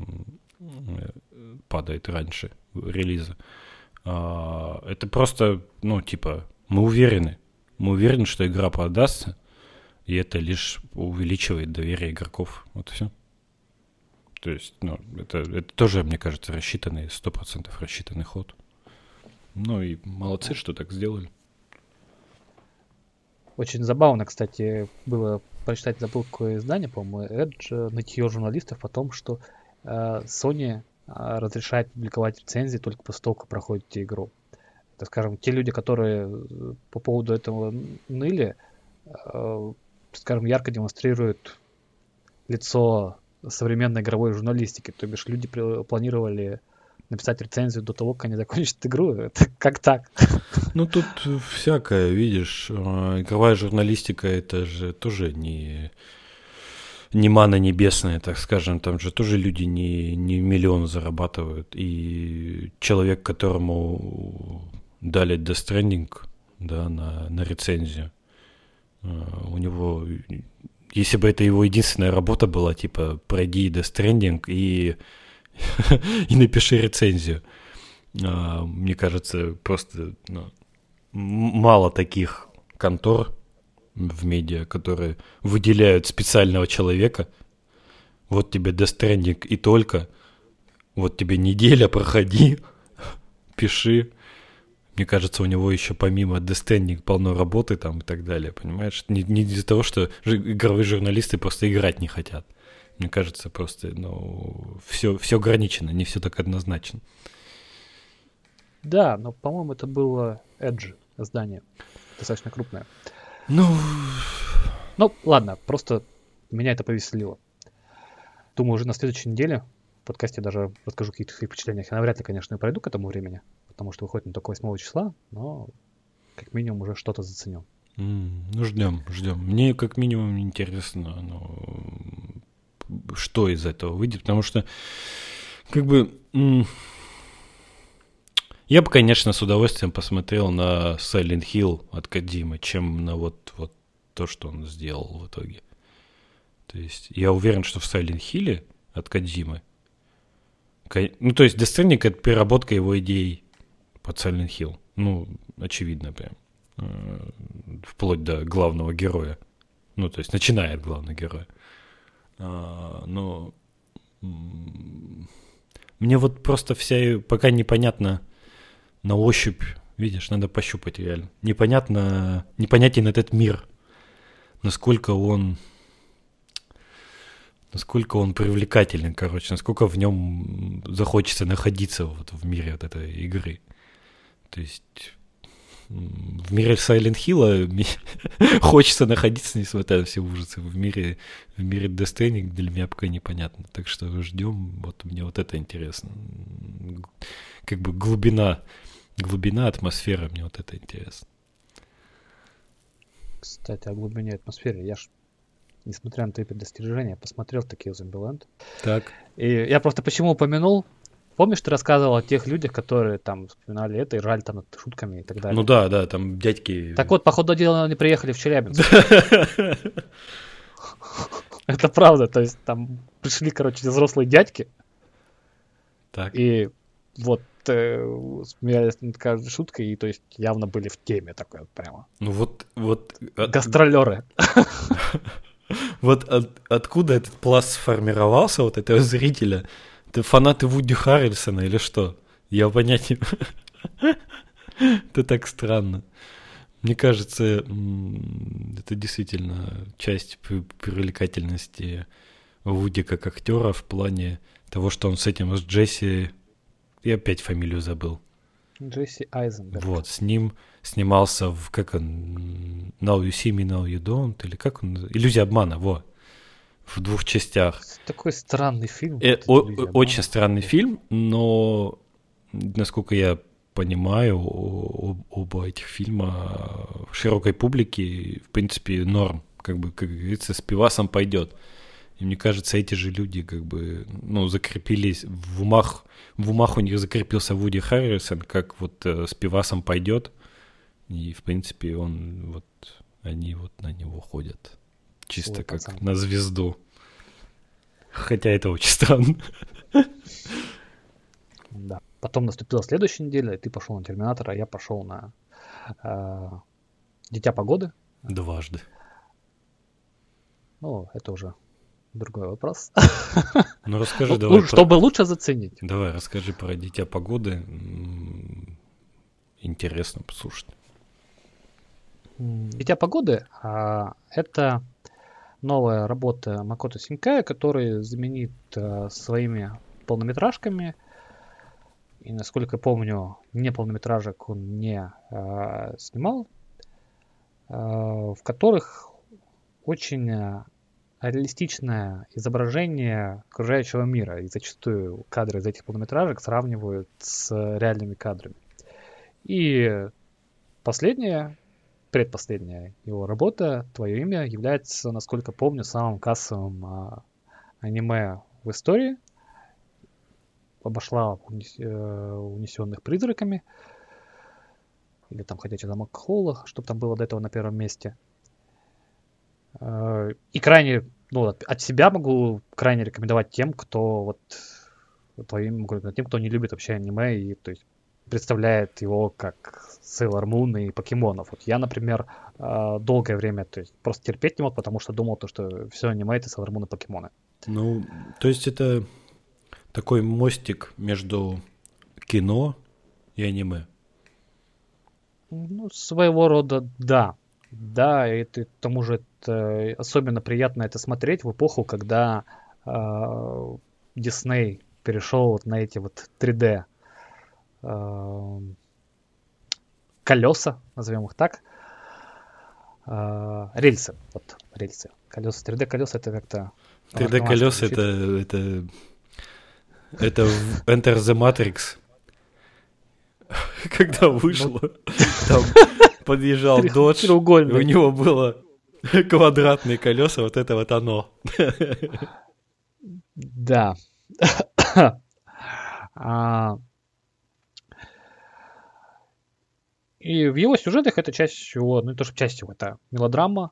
падает раньше релиза, это просто, мы уверены, что игра продастся, и это лишь увеличивает доверие игроков. Вот и все. То есть, это тоже, мне кажется, 100% рассчитанный ход. Ну и молодцы, что так сделали. Очень забавно, кстати, было прочитать, забыл какое издание, по-моему, Edge, нытье журналистов о том, что Sony разрешает публиковать рецензии только после того, как проходите игру. Так скажем, те люди, которые по поводу этого ныли, скажем, ярко демонстрируют лицо современной игровой журналистики. То бишь люди планировали написать рецензию до того, как они закончат игру. Это как так? Ну, тут всякое, видишь. Игровая журналистика — это же тоже не манна небесная, так скажем. Там же тоже люди не миллион зарабатывают. И человек, которому дали Death Stranding, да, на рецензию, у него... Если бы это его единственная работа была, типа, пройди Death Stranding и напиши рецензию. Мне кажется, просто мало таких контор в медиа, которые выделяют специального человека. Вот тебе Death Stranding и только. Вот тебе неделя, проходи, пиши. Мне кажется, у него еще помимо Death Stranding полно работы там и так далее, понимаешь? Не из-за того, что игровые журналисты просто играть не хотят. Мне кажется, просто, все ограничено, не все так однозначно. Да, но, по-моему, это было Edge издание, достаточно крупное. Ну, ладно, просто меня это повеселило. Думаю, уже на следующей неделе в подкасте даже расскажу о каких-то своих впечатлениях. Я навряд ли, конечно, пройду к этому времени, потому что выходит не только 8 числа, но как минимум уже что-то заценю. Ну, ждем. Мне как минимум интересно, что из этого выйдет, потому что, как бы, я бы, конечно, с удовольствием посмотрел на Silent Hill от Кодзимы, чем на вот то, что он сделал в итоге. То есть, я уверен, что в Silent Hill от Кодзимы, ну, то есть, Death Stranding — это переработка его идей под Silent Hill. Ну, очевидно прям. Вплоть до главного героя. Ну, то есть, начиная от главного героя. Но мне вот просто пока непонятно на ощупь, видишь, надо пощупать реально. Непонятен этот мир, насколько он привлекателен, короче, насколько в нем захочется находиться вот в мире вот этой игры. То есть в мире Silent Hill хочется находиться, несмотря на все ужасы. В мире Death Stranding для меня пока непонятно. Так что ждем. Вот мне вот это интересно. Как бы глубина, атмосфера, мне вот это интересно. Кстати, о глубине атмосферы. Я ж, несмотря на твои предостережения, посмотрел такие Zombieland. Так. И я просто почему упомянул. Помнишь, ты рассказывал о тех людях, которые там вспоминали это и ржали там над шутками и так далее? Ну да, там дядьки... Так вот, по ходу дела они приехали в Челябинск. Это правда, то есть там пришли, короче, взрослые дядьки. Так. И вот смеялись над каждой шуткой, и то есть явно были в теме такой вот прямо. Ну вот... Гастролеры. Вот откуда этот пласт сформировался, вот этого зрителя? Это фанаты Вуди Харрельсона или что? Я понятия... Это так странно. Мне кажется, это действительно часть привлекательности Вуди как актера в плане того, что он с Джесси... Я опять фамилию забыл. Джесси Айзенберг. Вот, с ним снимался в... Как он? Now You See Me, Now You Don't? Или как он? «Иллюзия обмана», во. В 2 частях. Такой странный фильм. Очень странный фильм, но, насколько я понимаю, оба этих фильма широкой публике, в принципе, норм. Как говорится, с пивасом пойдет. И мне кажется, эти же люди как бы, закрепились в умах у них закрепился Вуди Харрельсон, как вот с пивасом пойдет. И, в принципе, они вот на него ходят. Чисто ой, как пацан. На звезду. Хотя это очень странно. Да. Потом наступила следующая неделя, и ты пошел на Терминатора, а я пошел на Дитя погоды. Дважды. Ну, это уже другой вопрос. Ну, расскажи, давай. Чтобы лучше заценить. Давай, расскажи про Дитя погоды. Интересно послушать. Дитя погоды — это новая работа Макото Синкая, который знаменит своими полнометражками. И, насколько я помню, не полнометражек он не снимал, в которых очень реалистичное изображение окружающего мира. И зачастую кадры из этих полнометражек сравнивают с реальными кадрами. И предпоследняя его работа, «Твое имя», является, насколько помню, самым кассовым аниме в истории. Обошла «Унесенных призраками». Или там «Ходячий замок Холла», что там было до этого на первом месте. И крайне, от себя могу крайне рекомендовать тем, кто тем, кто не любит вообще аниме и, то есть, представляет его как Sailor Moon и покемонов. Вот я, например, долгое время, то есть, просто терпеть не мог, потому что думал, что все аниме — это Sailor Moon и покемоны. Ну, то есть это такой мостик между кино и аниме. Ну, своего рода, да. Да, и к тому же это особенно приятно это смотреть в эпоху, когда Дисней перешел вот на эти вот 3D колеса, назовем их так, рельсы. Вот, рельсы. Колеса, 3D колеса — это как-то... 3D колеса — это в Enter the Matrix. Когда вышло, там подъезжал Додж, и у него было квадратные колеса, вот это вот оно. Да. И в его сюжетах это чаще всего, ну не то, что чаще всего, это мелодрама,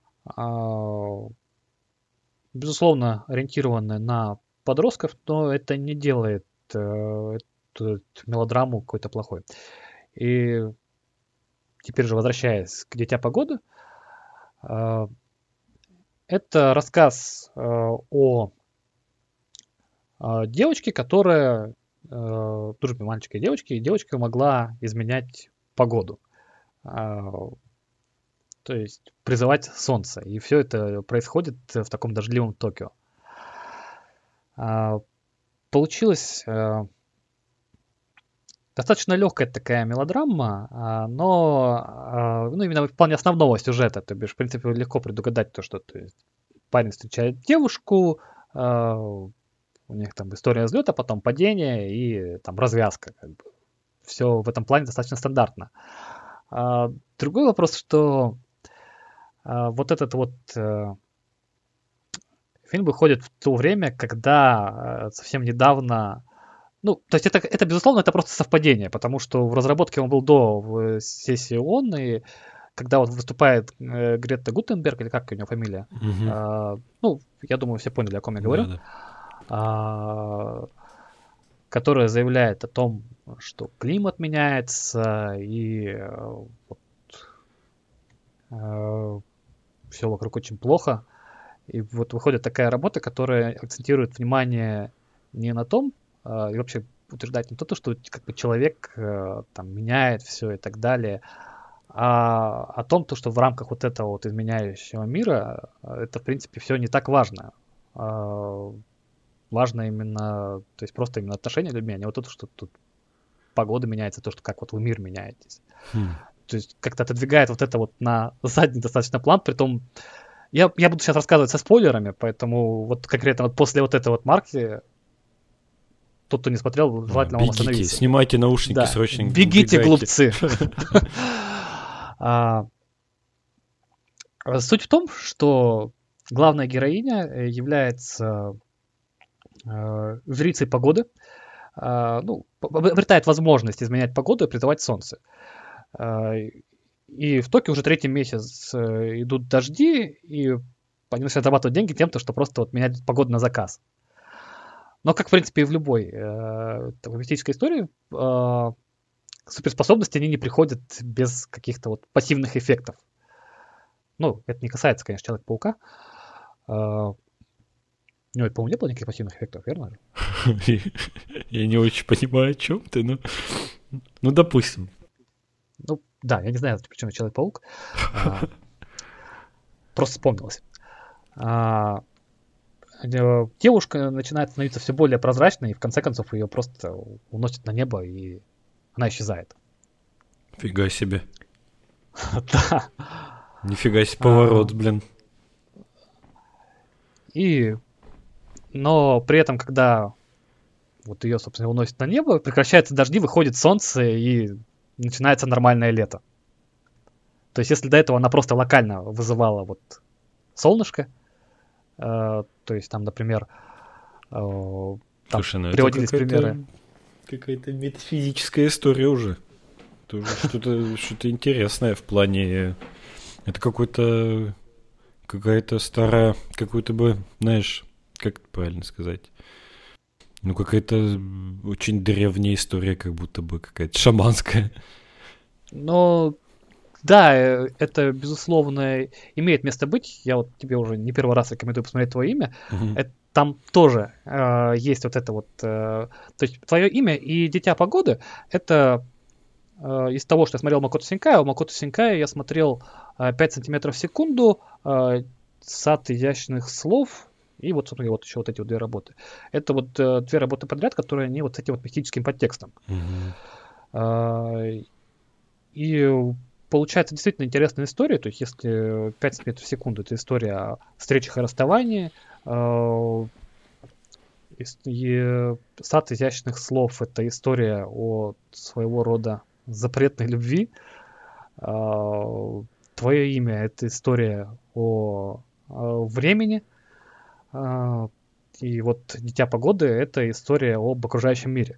безусловно, ориентированная на подростков, но это не делает эту мелодраму какой-то плохой. И теперь же, возвращаясь к «Дитя погоды», это рассказ о девочке, которая, дружбе мальчика и девочка могла изменять погоду. То есть призывать солнце. И все это происходит в таком дождливом Токио. Получилась достаточно легкая такая мелодрама, но именно в плане основного сюжета. То бишь, в принципе, легко предугадать то, что то есть, парень встречает девушку, у них там история взлета, потом падение и там развязка. Как бы. Все в этом плане достаточно стандартно. Другой вопрос, что вот этот вот фильм выходит в то время, когда совсем недавно... Ну, то есть это безусловно, это просто совпадение, потому что в разработке он был до сессии ООН, и когда вот выступает Грета Гутенберг, или как у нее фамилия, я думаю, все поняли, о ком я говорю, которая заявляет о том, что климат меняется, и все вокруг очень плохо. И вот выходит такая работа, которая акцентирует внимание не на том, и вообще утверждать не то, что как бы человек там меняет все и так далее, а о том, что в рамках вот этого вот изменяющего мира это, в принципе, все не так важно. Важно именно, то есть просто именно отношения людьми, а не вот то, что тут погода меняется, то, что как вот вы мир меняетесь. То есть как-то отодвигает вот это вот на задний достаточно план, притом я буду сейчас рассказывать со спойлерами, поэтому вот конкретно вот после вот этой вот марки тот, кто не смотрел, желательно вам остановиться. Снимайте наушники срочно. Бегите, глупцы. Суть в том, что главная героиня является жрицей погоды, обретает возможность изменять погоду и призывать солнце. И в Токио уже 3-й месяц идут дожди, и они начинают зарабатывать деньги тем, что просто вот менять погоду на заказ. Но, как, в принципе, и в любой мистической истории, суперспособности, они не приходят без каких-то вот пассивных эффектов. Ну, это не касается, конечно, Человека-паука. У него, по-моему, не было никаких пассивных эффектов, верно? Я не очень понимаю, о чем ты, но... Ну, допустим. Ну, да, я не знаю, почему Человек-паук. Просто вспомнилось. Девушка начинает становиться все более прозрачной, и в конце концов ее просто уносит на небо, и она исчезает. Фига себе. Да. Нифига себе поворот, блин. Но при этом, когда вот ее, собственно, уносит на небо, прекращаются дожди, выходит солнце, и начинается нормальное лето. То есть, если до этого она просто локально вызывала вот солнышко, то есть там, например, там Слушай, приводились примеры. Какая-то метафизическая история уже. Это уже что-то интересное в плане... Это какая-то старая, какой-то бы, знаешь, как это правильно сказать? Ну, какая-то очень древняя история, как будто бы какая-то шаманская. Ну, да, это, безусловно, имеет место быть. Я вот тебе уже не первый раз рекомендую посмотреть твое имя. Там тоже есть вот это вот... то есть твое имя и Дитя Погоды — это из того, что я смотрел Макото Синкая. У Макото Синкая я смотрел 5 сантиметров в секунду, Сад изящных слов, и вот, собственно, вот еще вот эти вот две работы. Это вот две работы подряд, которые они вот с этим вот мистическим подтекстом. И получается действительно интересная история. То есть, если 5 сантиметров в секунду — это история о встречах и расставании, Сад изящных слов — это история о своего рода запретной любви. Твое имя — это история о времени. И вот Дитя Погоды — это история об окружающем мире.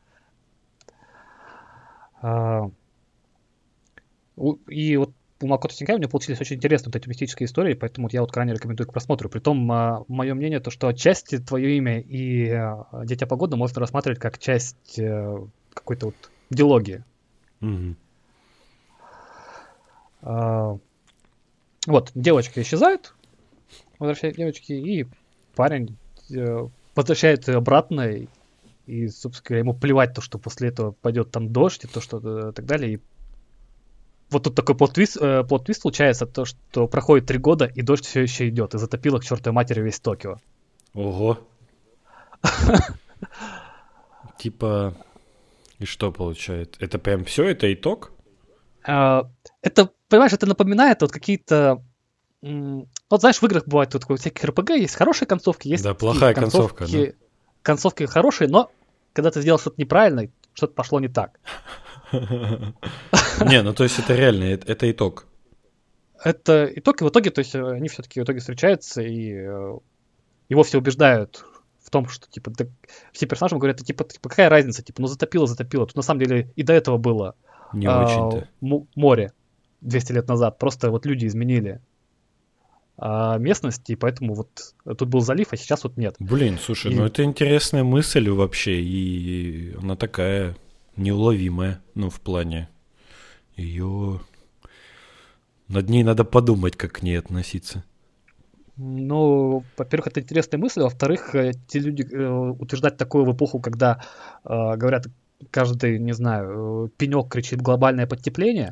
И вот у Макото Синкая у меня получились очень интересные вот эти мистические истории, поэтому вот я вот крайне рекомендую к просмотру. Притом, мое мнение, то, что отчасти твое имя и Дитя Погоды можно рассматривать как часть какой-то вот дилогии. Вот, девочка исчезает, возвращает девочки, и парень возвращает ее обратно, и, собственно говоря, ему плевать то, что после этого пойдет там дождь, и то, что так далее. И вот тут такой плот-твист случается, то, что проходит 3 года, и дождь все еще идет, и затопило к чертовой матери весь Токио. Ого. Типа, и что получается? Это прям все, это итог? Это, понимаешь, это напоминает вот какие-то... Вот знаешь, в играх бывает вот всяких РПГ, есть хорошие концовки, есть да, плохая концовка, да. Концовки хорошие, но когда ты сделал что-то неправильно, что-то пошло не так. Не, ну то есть это реально, это итог. Это итог, и в итоге, то есть они все-таки в итоге встречаются, и его все убеждают в том, что, типа, да, все персонажи говорят, типа, какая разница, типа, ну затопило. Тут на самом деле и до этого было не очень-то. Море 200 лет назад, просто вот люди изменили местность, и поэтому вот тут был залив, а сейчас вот нет. Блин, слушай, ну это интересная мысль вообще, и она такая неуловимая, ну, в плане ее... Над ней надо подумать, как к ней относиться. Ну, во-первых, это интересная мысль, во-вторых, те люди утверждать такое в эпоху, когда говорят, каждый, не знаю, пенек кричит глобальное потепление,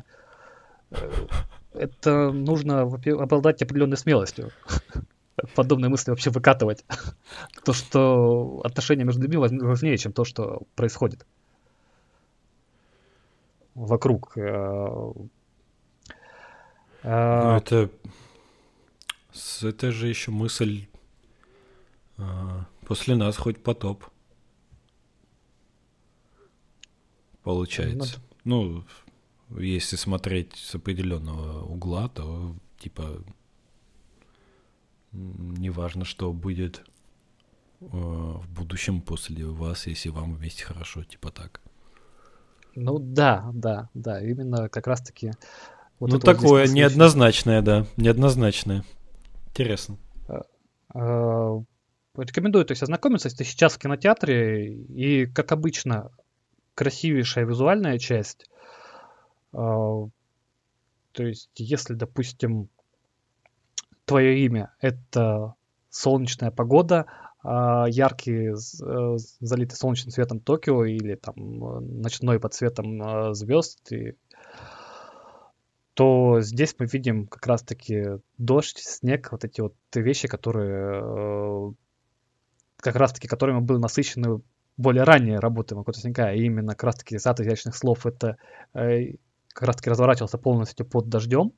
это нужно обладать определенной смелостью. Подобные мысли вообще выкатывать. То, что отношения между людьми важнее, чем то, что происходит вокруг. Ну, это же еще мысль после нас хоть потоп. Получается. Ну, если смотреть с определенного угла, то типа неважно, что будет в будущем после вас, если вам вместе хорошо, типа так. Ну да, именно как раз-таки... Вот ну такое вот неоднозначное, да, неоднозначное. Интересно. Рекомендую, то есть, ознакомиться, если ты сейчас в кинотеатре, и, как обычно, красивейшая визуальная часть. То есть, если, допустим, твое имя — это солнечная погода, яркий, залитый солнечным светом Токио, или там ночной под светом звезд, то здесь мы видим как раз-таки дождь, снег, вот эти вот вещи, которые как раз-таки которыми были насыщены более ранние работы Макото Синкая, и именно как раз-таки сад изящных слов это как раз-таки разворачивался полностью под дождем.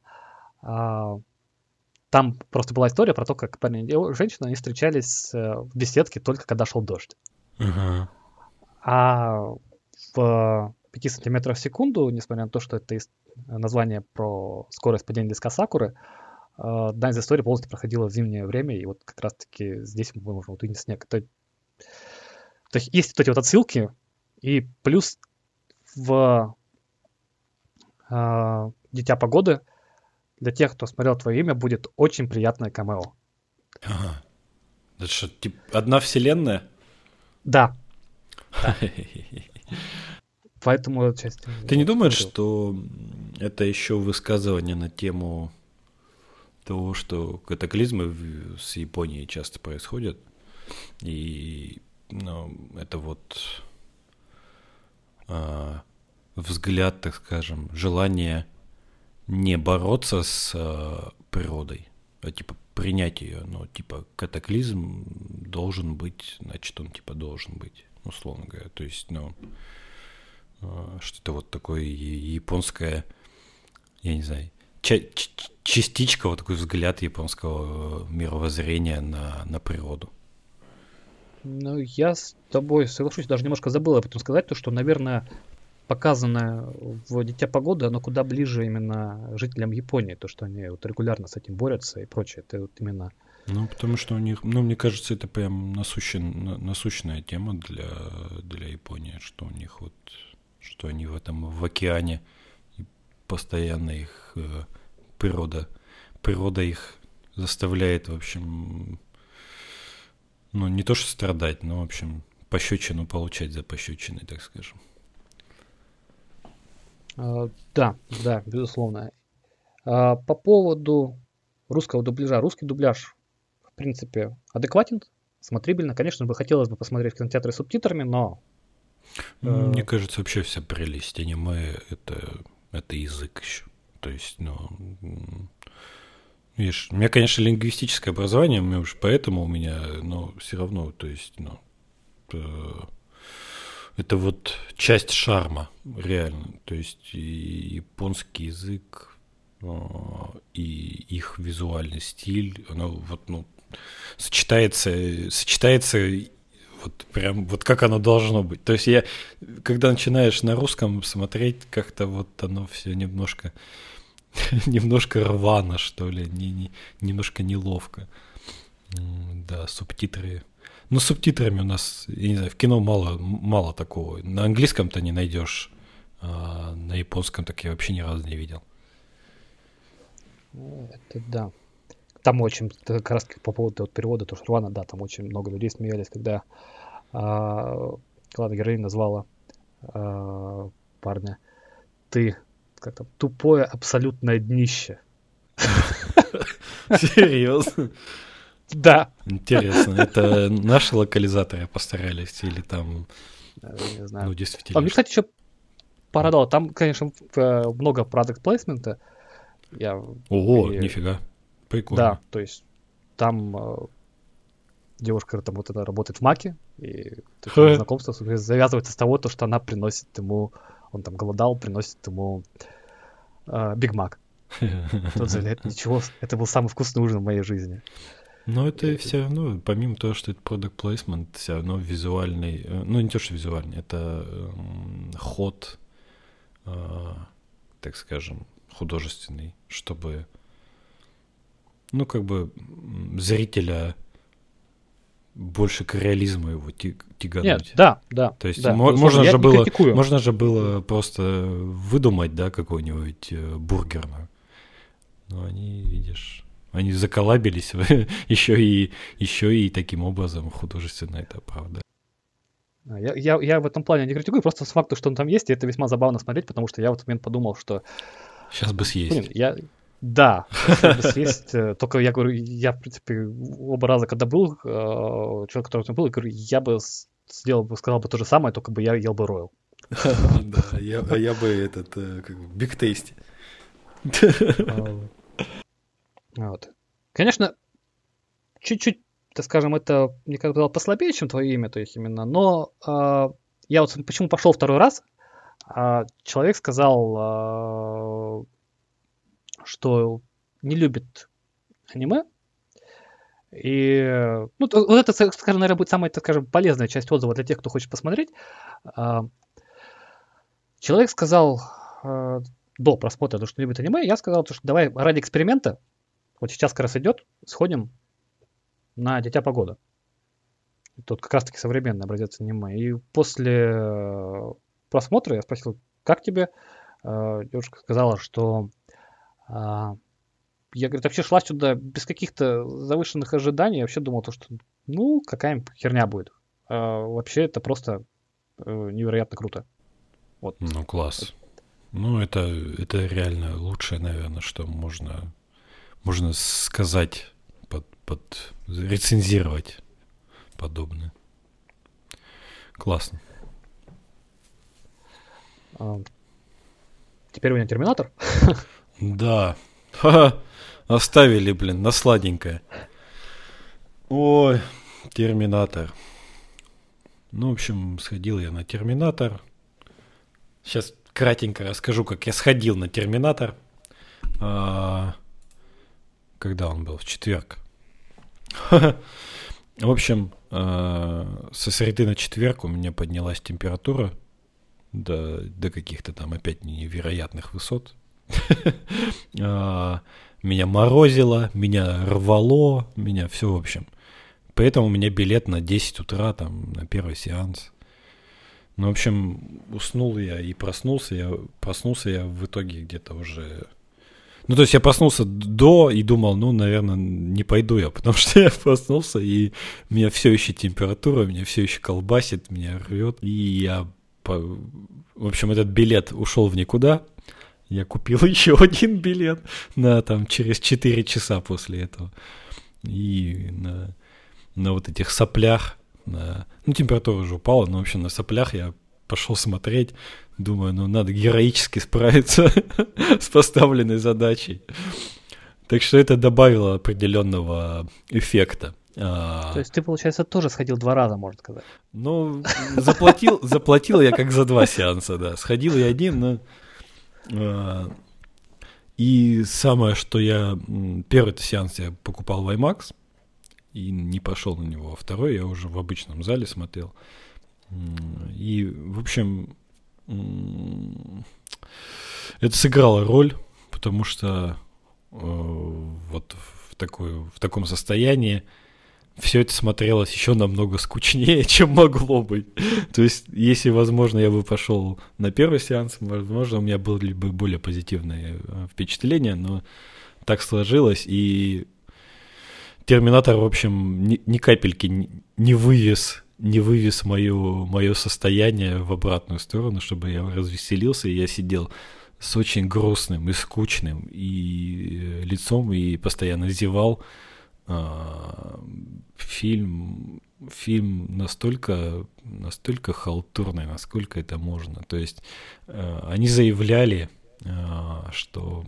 Там просто была история про то, как парень и женщина, они встречались в беседке только когда шел дождь. Uh-huh. А в 5 сантиметрах в секунду, несмотря на то, что это название про скорость падения листка сакуры, одна из историй полностью проходила в зимнее время, и вот как раз-таки здесь мы можем увидеть снег. То есть есть вот эти вот отсылки, и плюс в «Дитя погоды» для тех, кто смотрел «Твое имя», будет очень приятное камео. Ага. Это что, типа одна вселенная? Да. Поэтому часть... Ты не думаешь, что это еще высказывание на тему того, что катаклизмы с Японией часто происходят, и это вот взгляд, так скажем, желание не бороться с природой, а типа принять ее, но типа катаклизм должен быть, значит он типа должен быть, условно говоря, то есть, что-то вот такое японское, я не знаю, частичка, вот такой взгляд японского мировоззрения на природу. Ну, я с тобой соглашусь, даже немножко забыл об этом сказать, то, что, наверное, показанное в «Дитя погоды», оно куда ближе именно жителям Японии, то, что они вот регулярно с этим борются и прочее. Это вот именно... Ну, потому что у них, мне кажется, это прям насущная тема для Японии, что у них вот, что они в океане, и постоянно их природа их заставляет, в общем, не то что страдать, но, в общем, пощечину получать за пощечиной, так скажем. Да, безусловно. По поводу русского дубляжа. Русский дубляж, в принципе, адекватен, смотрибельно. Конечно, бы хотелось бы посмотреть в кинотеатре с субтитрами, но... Мне кажется, вообще вся прелесть аниме — это язык еще. То есть, видишь, у меня, конечно, лингвистическое образование, поэтому у меня, но все равно, то есть, это вот часть шарма, реально. То есть и японский язык, и их визуальный стиль, оно вот, сочетается вот прям вот как оно должно быть. То есть когда начинаешь на русском смотреть, как-то вот оно все немножко рвано, что ли, немножко неловко. Да, субтитры. С субтитрами у нас, я не знаю, в кино мало такого. На английском-то не найдешь, а на японском так я вообще ни разу не видел. Это да. Там очень, как раз по поводу перевода, то, что рвано, да, там очень много людей смеялись, когда главная героиня назвала парня: ты как-то тупое абсолютное днище. Серьезно? Да. Интересно, это наши локализаторы постарались или там, не знаю. действительно. Мне, кстати, еще порадовало, там, конечно, много продакт плейсмента. Нифига, прикольно. Да, то есть там девушка там вот это работает в Маке, и знакомство завязывается с того, что она приносит ему, он там голодал, приносит ему Биг Мак. Тот заявляет: ничего, это был самый вкусный ужин в моей жизни. Но это все равно, помимо того, что это product placement, все равно визуальный, не то, что визуальный, это ход, так скажем, художественный, чтобы, зрителя больше к реализму его тягануть. Нет, да. То есть да, можно же было просто выдумать, да, какую-нибудь бургерную. Но они, видишь... Они заколабились еще и таким образом художественно это оправдали. Я в этом плане не критикую, просто с факту, что он там есть, и это весьма забавно смотреть, потому что я в этот момент подумал, что... Сейчас бы съесть. Да, сейчас бы съесть. Только я говорю, я, в принципе, оба раза, когда был, человек, который там был, я говорю, я бы сказал бы то же самое, только бы я ел бы роял. Да, я бы Биг Тейсти. Вот. Конечно, чуть-чуть, так скажем, это, мне казалось, послабее, чем твое имя, то есть именно, но я вот почему пошел второй раз, человек сказал, что не любит аниме, и, ну, вот это, скажем, наверное, будет самая, так скажем, полезная часть отзыва для тех, кто хочет посмотреть. Человек сказал до просмотра, что не любит аниме, я сказал, что давай ради эксперимента, вот сейчас как раз идет, сходим на «Дитя погоды». Тут как раз-таки современный образец аниме. И после просмотра я спросил, как тебе? Девушка сказала, что я, говорит, вообще шла сюда без каких-то завышенных ожиданий. Я вообще думал, что ну, какая херня будет. Вообще это просто невероятно круто. Вот. Ну, класс. Ну, это реально лучшее, наверное, что можно сказать, рецензировать подобное. Классно. Теперь у меня «Терминатор». Да. Оставили, блин, на сладенькое. Ой, «Терминатор». Ну, в общем, сходил я на «Терминатор». Сейчас кратенько расскажу, как я сходил на «Терминатор». Когда он был? В четверг. В общем, со среды на четверг у меня поднялась температура до каких-то там опять невероятных высот. Меня морозило, меня рвало, меня все, в общем. Поэтому у меня билет на 10 утра, там, на первый сеанс. Ну, в общем, уснул я и проснулся. Проснулся я в итоге где-то уже... Ну, то есть я проснулся до и думал, ну, наверное, не пойду я, потому что я проснулся, и у меня все еще температура, меня все еще колбасит, меня рвет. И я, в общем, этот билет ушел в никуда. Я купил еще один билет на там через 4 часа после этого. И на вот этих соплях, ну, температура уже упала, но, в общем, на соплях я пошел смотреть. Думаю, ну, надо героически справиться с поставленной задачей. Так что это добавило определенного эффекта. То есть ты, получается, тоже сходил 2 раза, можно сказать. Ну, заплатил я как за 2 сеанса, да. Сходил я один, но... И самое, что я... Первый сеанс я покупал в IMAX и не пошел на него. А второй я уже в обычном зале смотрел. И, в общем... Это сыграло роль, потому что вот в таком состоянии все это смотрелось еще намного скучнее, чем могло быть. То есть, если, возможно, я бы пошел на первый сеанс, возможно, у меня были бы более позитивные впечатления, но так сложилось, и «Терминатор», в общем, ни капельки не вывез мое состояние в обратную сторону, чтобы я развеселился, и я сидел с очень грустным и скучным и лицом, и постоянно зевал. Фильм настолько халтурный, насколько это можно. То есть они заявляли, что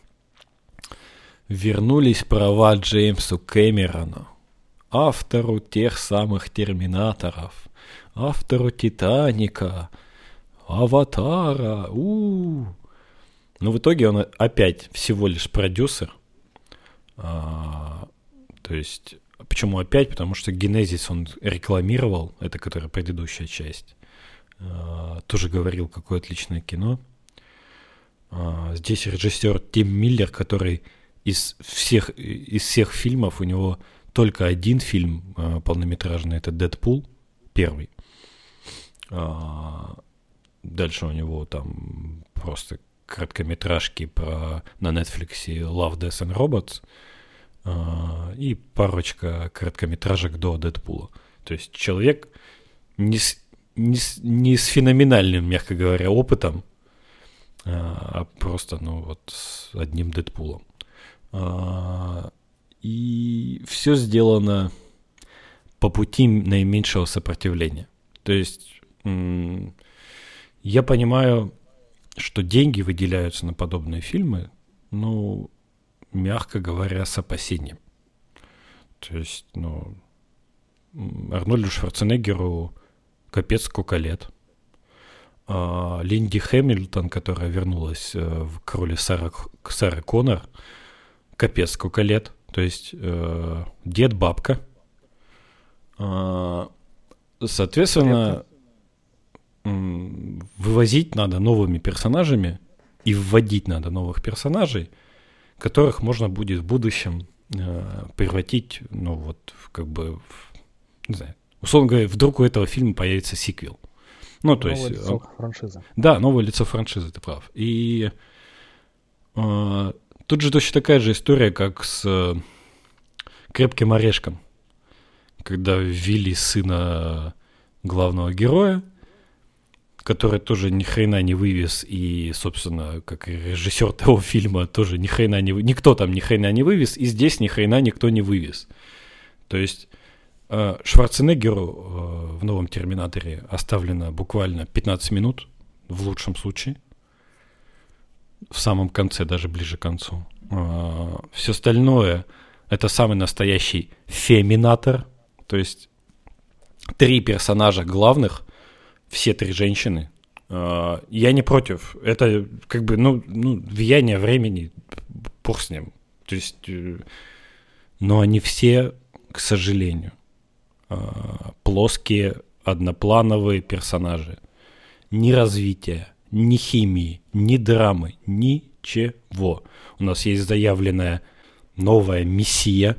вернулись права Джеймсу Кэмерону, автору тех самых «Терминаторов», автору «Титаника», «Аватара». Но в итоге он опять всего лишь продюсер. То есть, почему опять? Потому что «Генезис» он рекламировал, это которая предыдущая часть. Тоже говорил, какое отличное кино. Здесь режиссер Тим Миллер, который из всех фильмов, у него только один фильм полнометражный, это «Дэдпул», первый. Дальше у него там просто короткометражки на Netflix «Love, Death and Robots», и парочка короткометражек до «Дэдпула». То есть человек не с феноменальным, мягко говоря, опытом, а просто, с одним «Дэдпулом». И все сделано по пути наименьшего сопротивления. То есть я понимаю, что деньги выделяются на подобные фильмы, ну, мягко говоря, с опасением. То есть, Арнольду Шварценеггеру капец сколько лет. Линди Хэмилтон, которая вернулась к роли Сары Коннор, капец сколько лет. То есть дед, бабка. Соответственно, вывозить надо новыми персонажами и вводить надо новых персонажей, которых можно будет в будущем превратить, не знаю, условно говоря, вдруг у этого фильма появится сиквел. Новое лицо франшизы. Да, новое лицо франшизы, ты прав. И тут же точно такая же история, как с «Крепким орешком», когда ввели сына главного героя, который тоже ни хрена не вывез, и, собственно, как и режиссер того фильма, тоже ни хрена не вывез. Никто там ни хрена не вывез, и здесь ни хрена никто не вывез. То есть Шварценеггеру в новом «Терминаторе» оставлено буквально 15 минут, в лучшем случае. В самом конце, даже ближе к концу. Все остальное — это самый настоящий феминатор. То есть 3 персонажа главных, все 3 женщины. Я не против. Это как бы, влияние времени, бог с ним. То есть, но они все, к сожалению, плоские, одноплановые персонажи. Ни развития, ни химии, ни драмы, ничего. У нас есть заявленная новая мессия,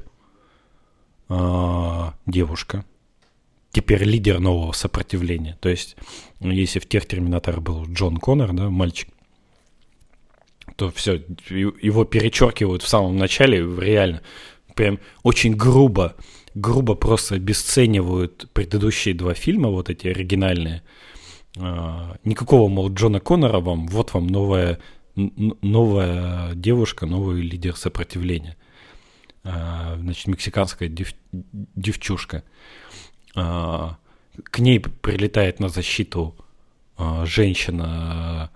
девушка. Теперь лидер нового сопротивления. То есть, если в тех «Терминаторах» был Джон Коннор, да, мальчик, то все, его перечеркивают в самом начале, реально, прям очень грубо просто обесценивают предыдущие 2 фильма, вот эти оригинальные. Никакого, мол, Джона Коннора вам, вот вам новая девушка, новый лидер сопротивления. Значит, мексиканская девчушка. К ней прилетает на защиту женщина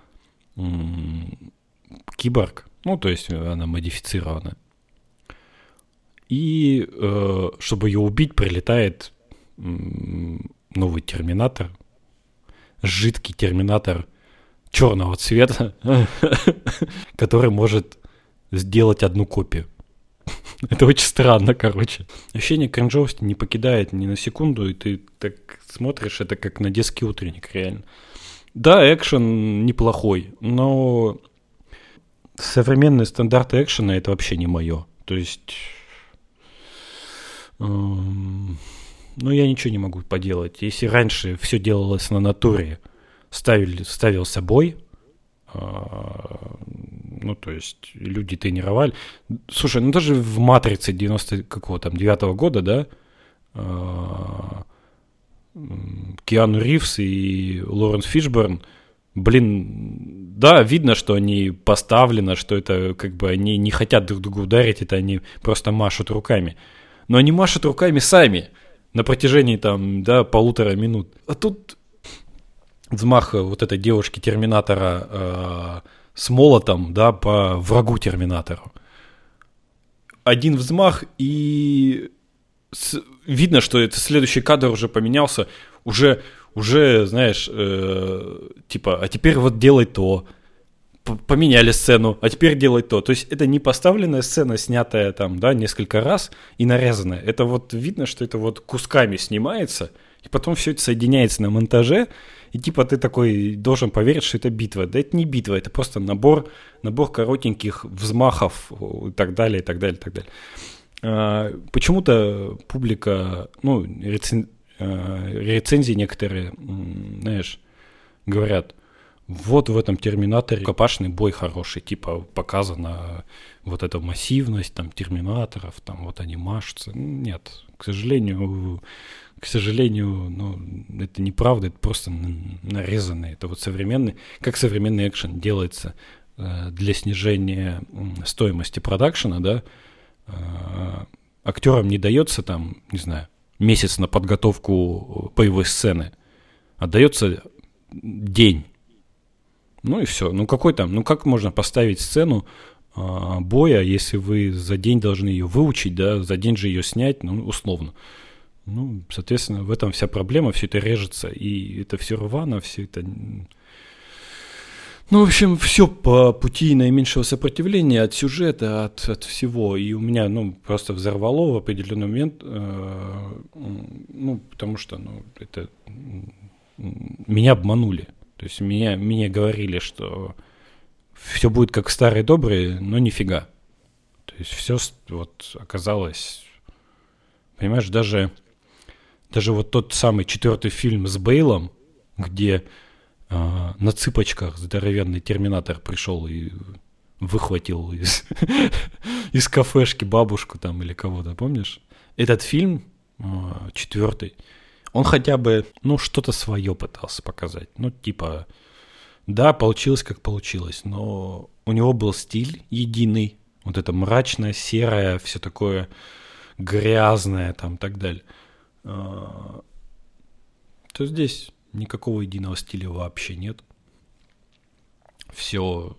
киборг, то есть она модифицирована. И чтобы ее убить, прилетает новый терминатор, жидкий терминатор черного цвета, который может сделать одну копию. Это очень странно, короче. Ощущение кринжовости не покидает ни на секунду, и ты так смотришь, это как на детский утренник, реально. Да, экшен неплохой, но современные стандарты экшена — это вообще не мое. То есть, я ничего не могу поделать. Если раньше все делалось на натуре, ставился бой, то есть люди тренировали. Слушай, даже в «Матрице» 99-го года, да, Киану Ривз и Лоренс Фишборн, да, видно, что они поставлены, что это как бы они не хотят друг друга ударить, это они просто машут руками. Но они машут руками сами на протяжении 1,5 минут. А тут взмах вот этой девушки-терминатора с молотом, да, по врагу терминатору. Один взмах, и видно, что это следующий кадр уже поменялся, уже знаешь, а теперь вот делай то. Поменяли сцену, а теперь делай то. То есть это не поставленная сцена, снятая несколько раз и нарезанная. Это вот видно, что это вот кусками снимается, и потом все это соединяется на монтаже, и ты такой должен поверить, что это битва. Да это не битва, это просто набор коротеньких взмахов и так далее, и так далее, и так далее. Почему-то публика, рецензии некоторые, знаешь, говорят, вот в этом «Терминаторе» рукопашный бой хороший, показана вот эта массивность терминаторов, вот они машутся. Нет, к сожалению, это неправда, это просто нарезанный. Это вот современный экшен делается для снижения стоимости продакшена, да. Актерам не дается месяц на подготовку боевой сцены, а дается день. И все. Как можно поставить сцену боя, если вы за день должны ее выучить, да, за день же ее снять, ну, условно. Ну, соответственно, в этом вся проблема, все это режется, и это все рвано, все это... Ну, в общем, все по пути наименьшего сопротивления от сюжета, от всего. И у меня, ну, просто взорвало в определенный момент, ну, потому что, ну, это... Меня обманули. То есть мне говорили, что все будет как в старые добрые, но нифига. То есть все вот оказалось... Понимаешь, даже вот тот самый 4-й фильм с Бейлом, где на цыпочках здоровенный терминатор пришел и выхватил из кафешки бабушку там или кого-то, помнишь? Этот фильм, 4-й, он хотя бы, ну, что-то свое пытался показать. Ну, типа, да, получилось как получилось, но у него был стиль единый, вот это мрачное, серое, все такое грязное там и так далее. То здесь никакого единого стиля вообще нет. Все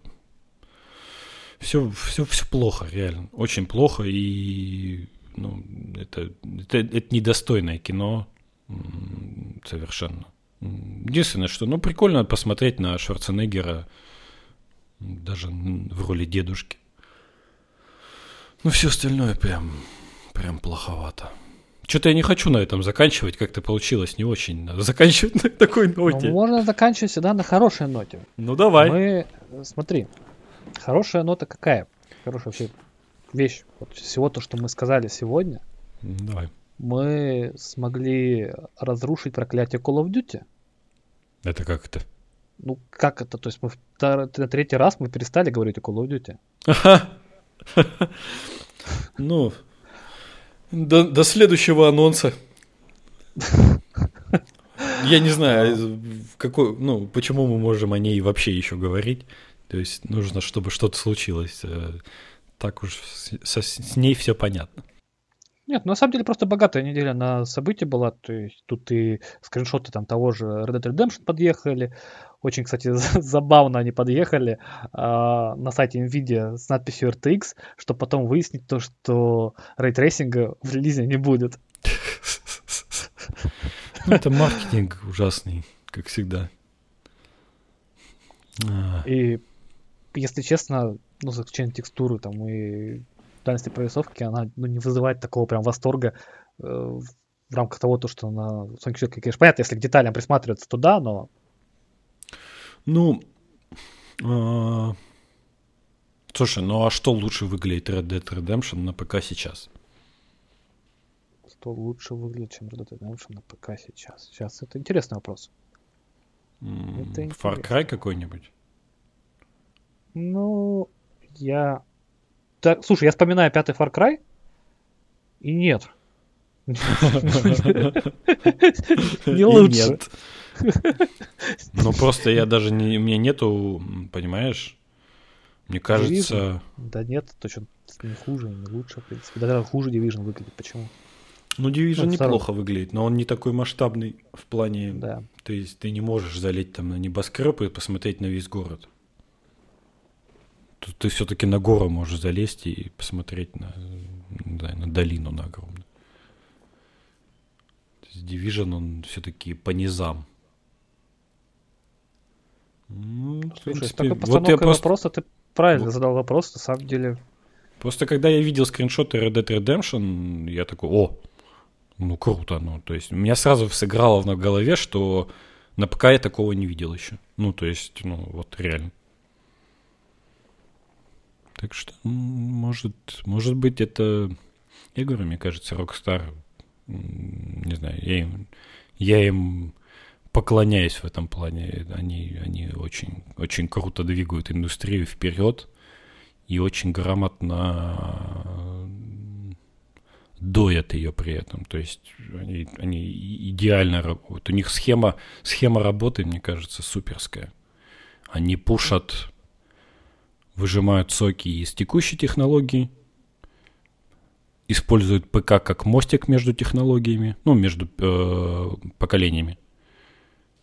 плохо, реально. Очень плохо. И ну, это недостойное кино совершенно. Единственное, что ну, прикольно посмотреть на Шварценеггера даже в роли дедушки. Но все остальное прям плоховато. Что-то я не хочу на этом заканчивать, как-то получилось не очень. Надо заканчивать на такой ноте. Ну, можно заканчивать всегда на хорошей ноте. Ну, давай. Смотри, хорошая нота какая? Хорошая вообще вещь. Вот всего то, что мы сказали сегодня. Давай. Мы смогли разрушить проклятие Call of Duty. Это как это? Ну, как это? То есть мы на 3-й раз мы перестали говорить о Call of Duty. Ну... До следующего анонса. Я не знаю, почему мы можем о ней вообще еще говорить. То есть нужно, чтобы что-то случилось. Так уж с ней все понятно. Нет, на самом деле просто богатая неделя на события была. То есть тут и скриншоты там того же Red Dead Redemption подъехали. Очень, кстати, забавно они подъехали на сайте NVIDIA с надписью RTX, чтобы потом выяснить то, что рейтрейсинга в релизе не будет. Это маркетинг ужасный, как всегда. И, если честно, ну, заключение текстуры там и дальности прорисовки, она не вызывает такого прям восторга в рамках того, что на Sonic 4, конечно, понятно, если к деталям присматриваться, то да, но... Ну, слушай, ну а что лучше выглядит Red Dead Redemption на ПК сейчас? Что лучше выглядит, чем Red Dead Redemption на ПК сейчас? Сейчас это интересный вопрос. Far Cry какой-нибудь? Ну, слушай, я вспоминаю 5-й Far Cry, и нет. Не лучше. Ну, просто я даже у меня нету, понимаешь, мне кажется... Да нет, точно не хуже, не лучше, в принципе. Даже хуже Division выглядит. Почему? Ну, Division неплохо выглядит, но он не такой масштабный в плане... Да. То есть ты не можешь залезть там на небоскреб и посмотреть на весь город. Тут ты все-таки на гору можешь залезть и посмотреть на долину на огромную. То есть Division, он все-таки по низам. Ну, слушай, с такой постановкой вопроса ты правильно задал вопрос, на самом деле. Просто когда я видел скриншоты Red Dead Redemption, я такой, ну круто, ну, то есть у меня сразу сыграло в голове, что на ПК я такого не видел еще. Ну, то есть, ну, вот реально. Так что, может быть, это... Я говорю, мне кажется, Rockstar, не знаю, я им поклоняюсь в этом плане. Они очень, очень круто двигают индустрию вперед и очень грамотно доят ее при этом. То есть они идеально работают. У них схема работы, мне кажется, суперская. Они пушат, выжимают соки из текущей технологии, используют ПК как мостик между технологиями, ну, между поколениями.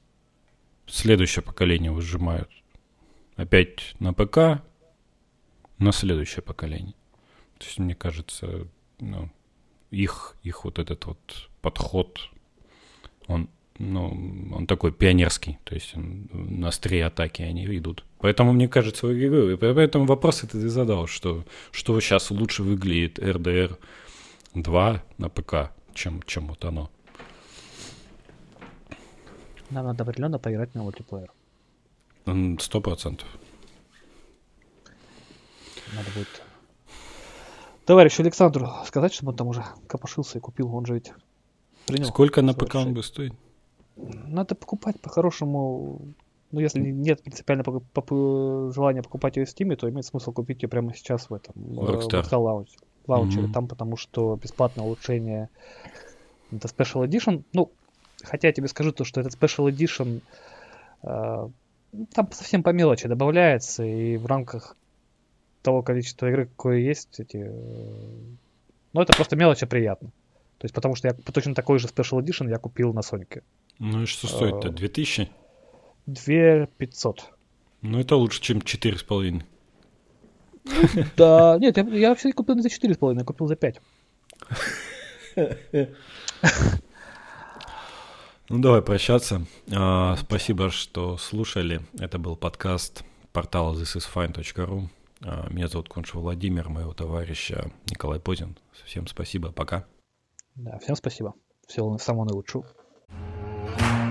Следующее поколение выжимают опять на ПК, на следующее поколение. То есть, мне кажется, их вот этот вот подход, он такой пионерский, то есть на острие атаки они идут. Поэтому, мне кажется, поэтому вопрос ты задал, что сейчас лучше выглядит RDR 2 на ПК, чем вот оно. Нам надо определенно поиграть на мультиплеер. 100%. Надо будет товарищу Александру сказать, чтобы он там уже копошился и купил. Он же ведь принял. Сколько на ПК он бы стоит? Надо покупать по-хорошему. Ну, если нет принципиально желания покупать ее в Steam, то имеет смысл купить ее прямо сейчас в этом Rockstar лаунчере. Там, потому что бесплатное улучшение это Special Edition. Ну, хотя я тебе скажу то, что этот Special Edition там совсем по мелочи добавляется, и в рамках того количества игры, какое есть, ну, это просто мелочи приятно. То есть, потому что я точно такой же Special Edition я купил на Сонике. Ну и что стоит-то? 2000? 2500. Ну, это лучше, чем 4,5. Да, нет, я вообще купил не за 4,5, я купил за 5. Ну, давай прощаться. Спасибо, что слушали. Это был подкаст портала thisisfine.ru. Меня зовут Конш Владимир, моего товарища Николай Позин. Всем спасибо, пока. Да, всем спасибо. Всего самого наилучшего.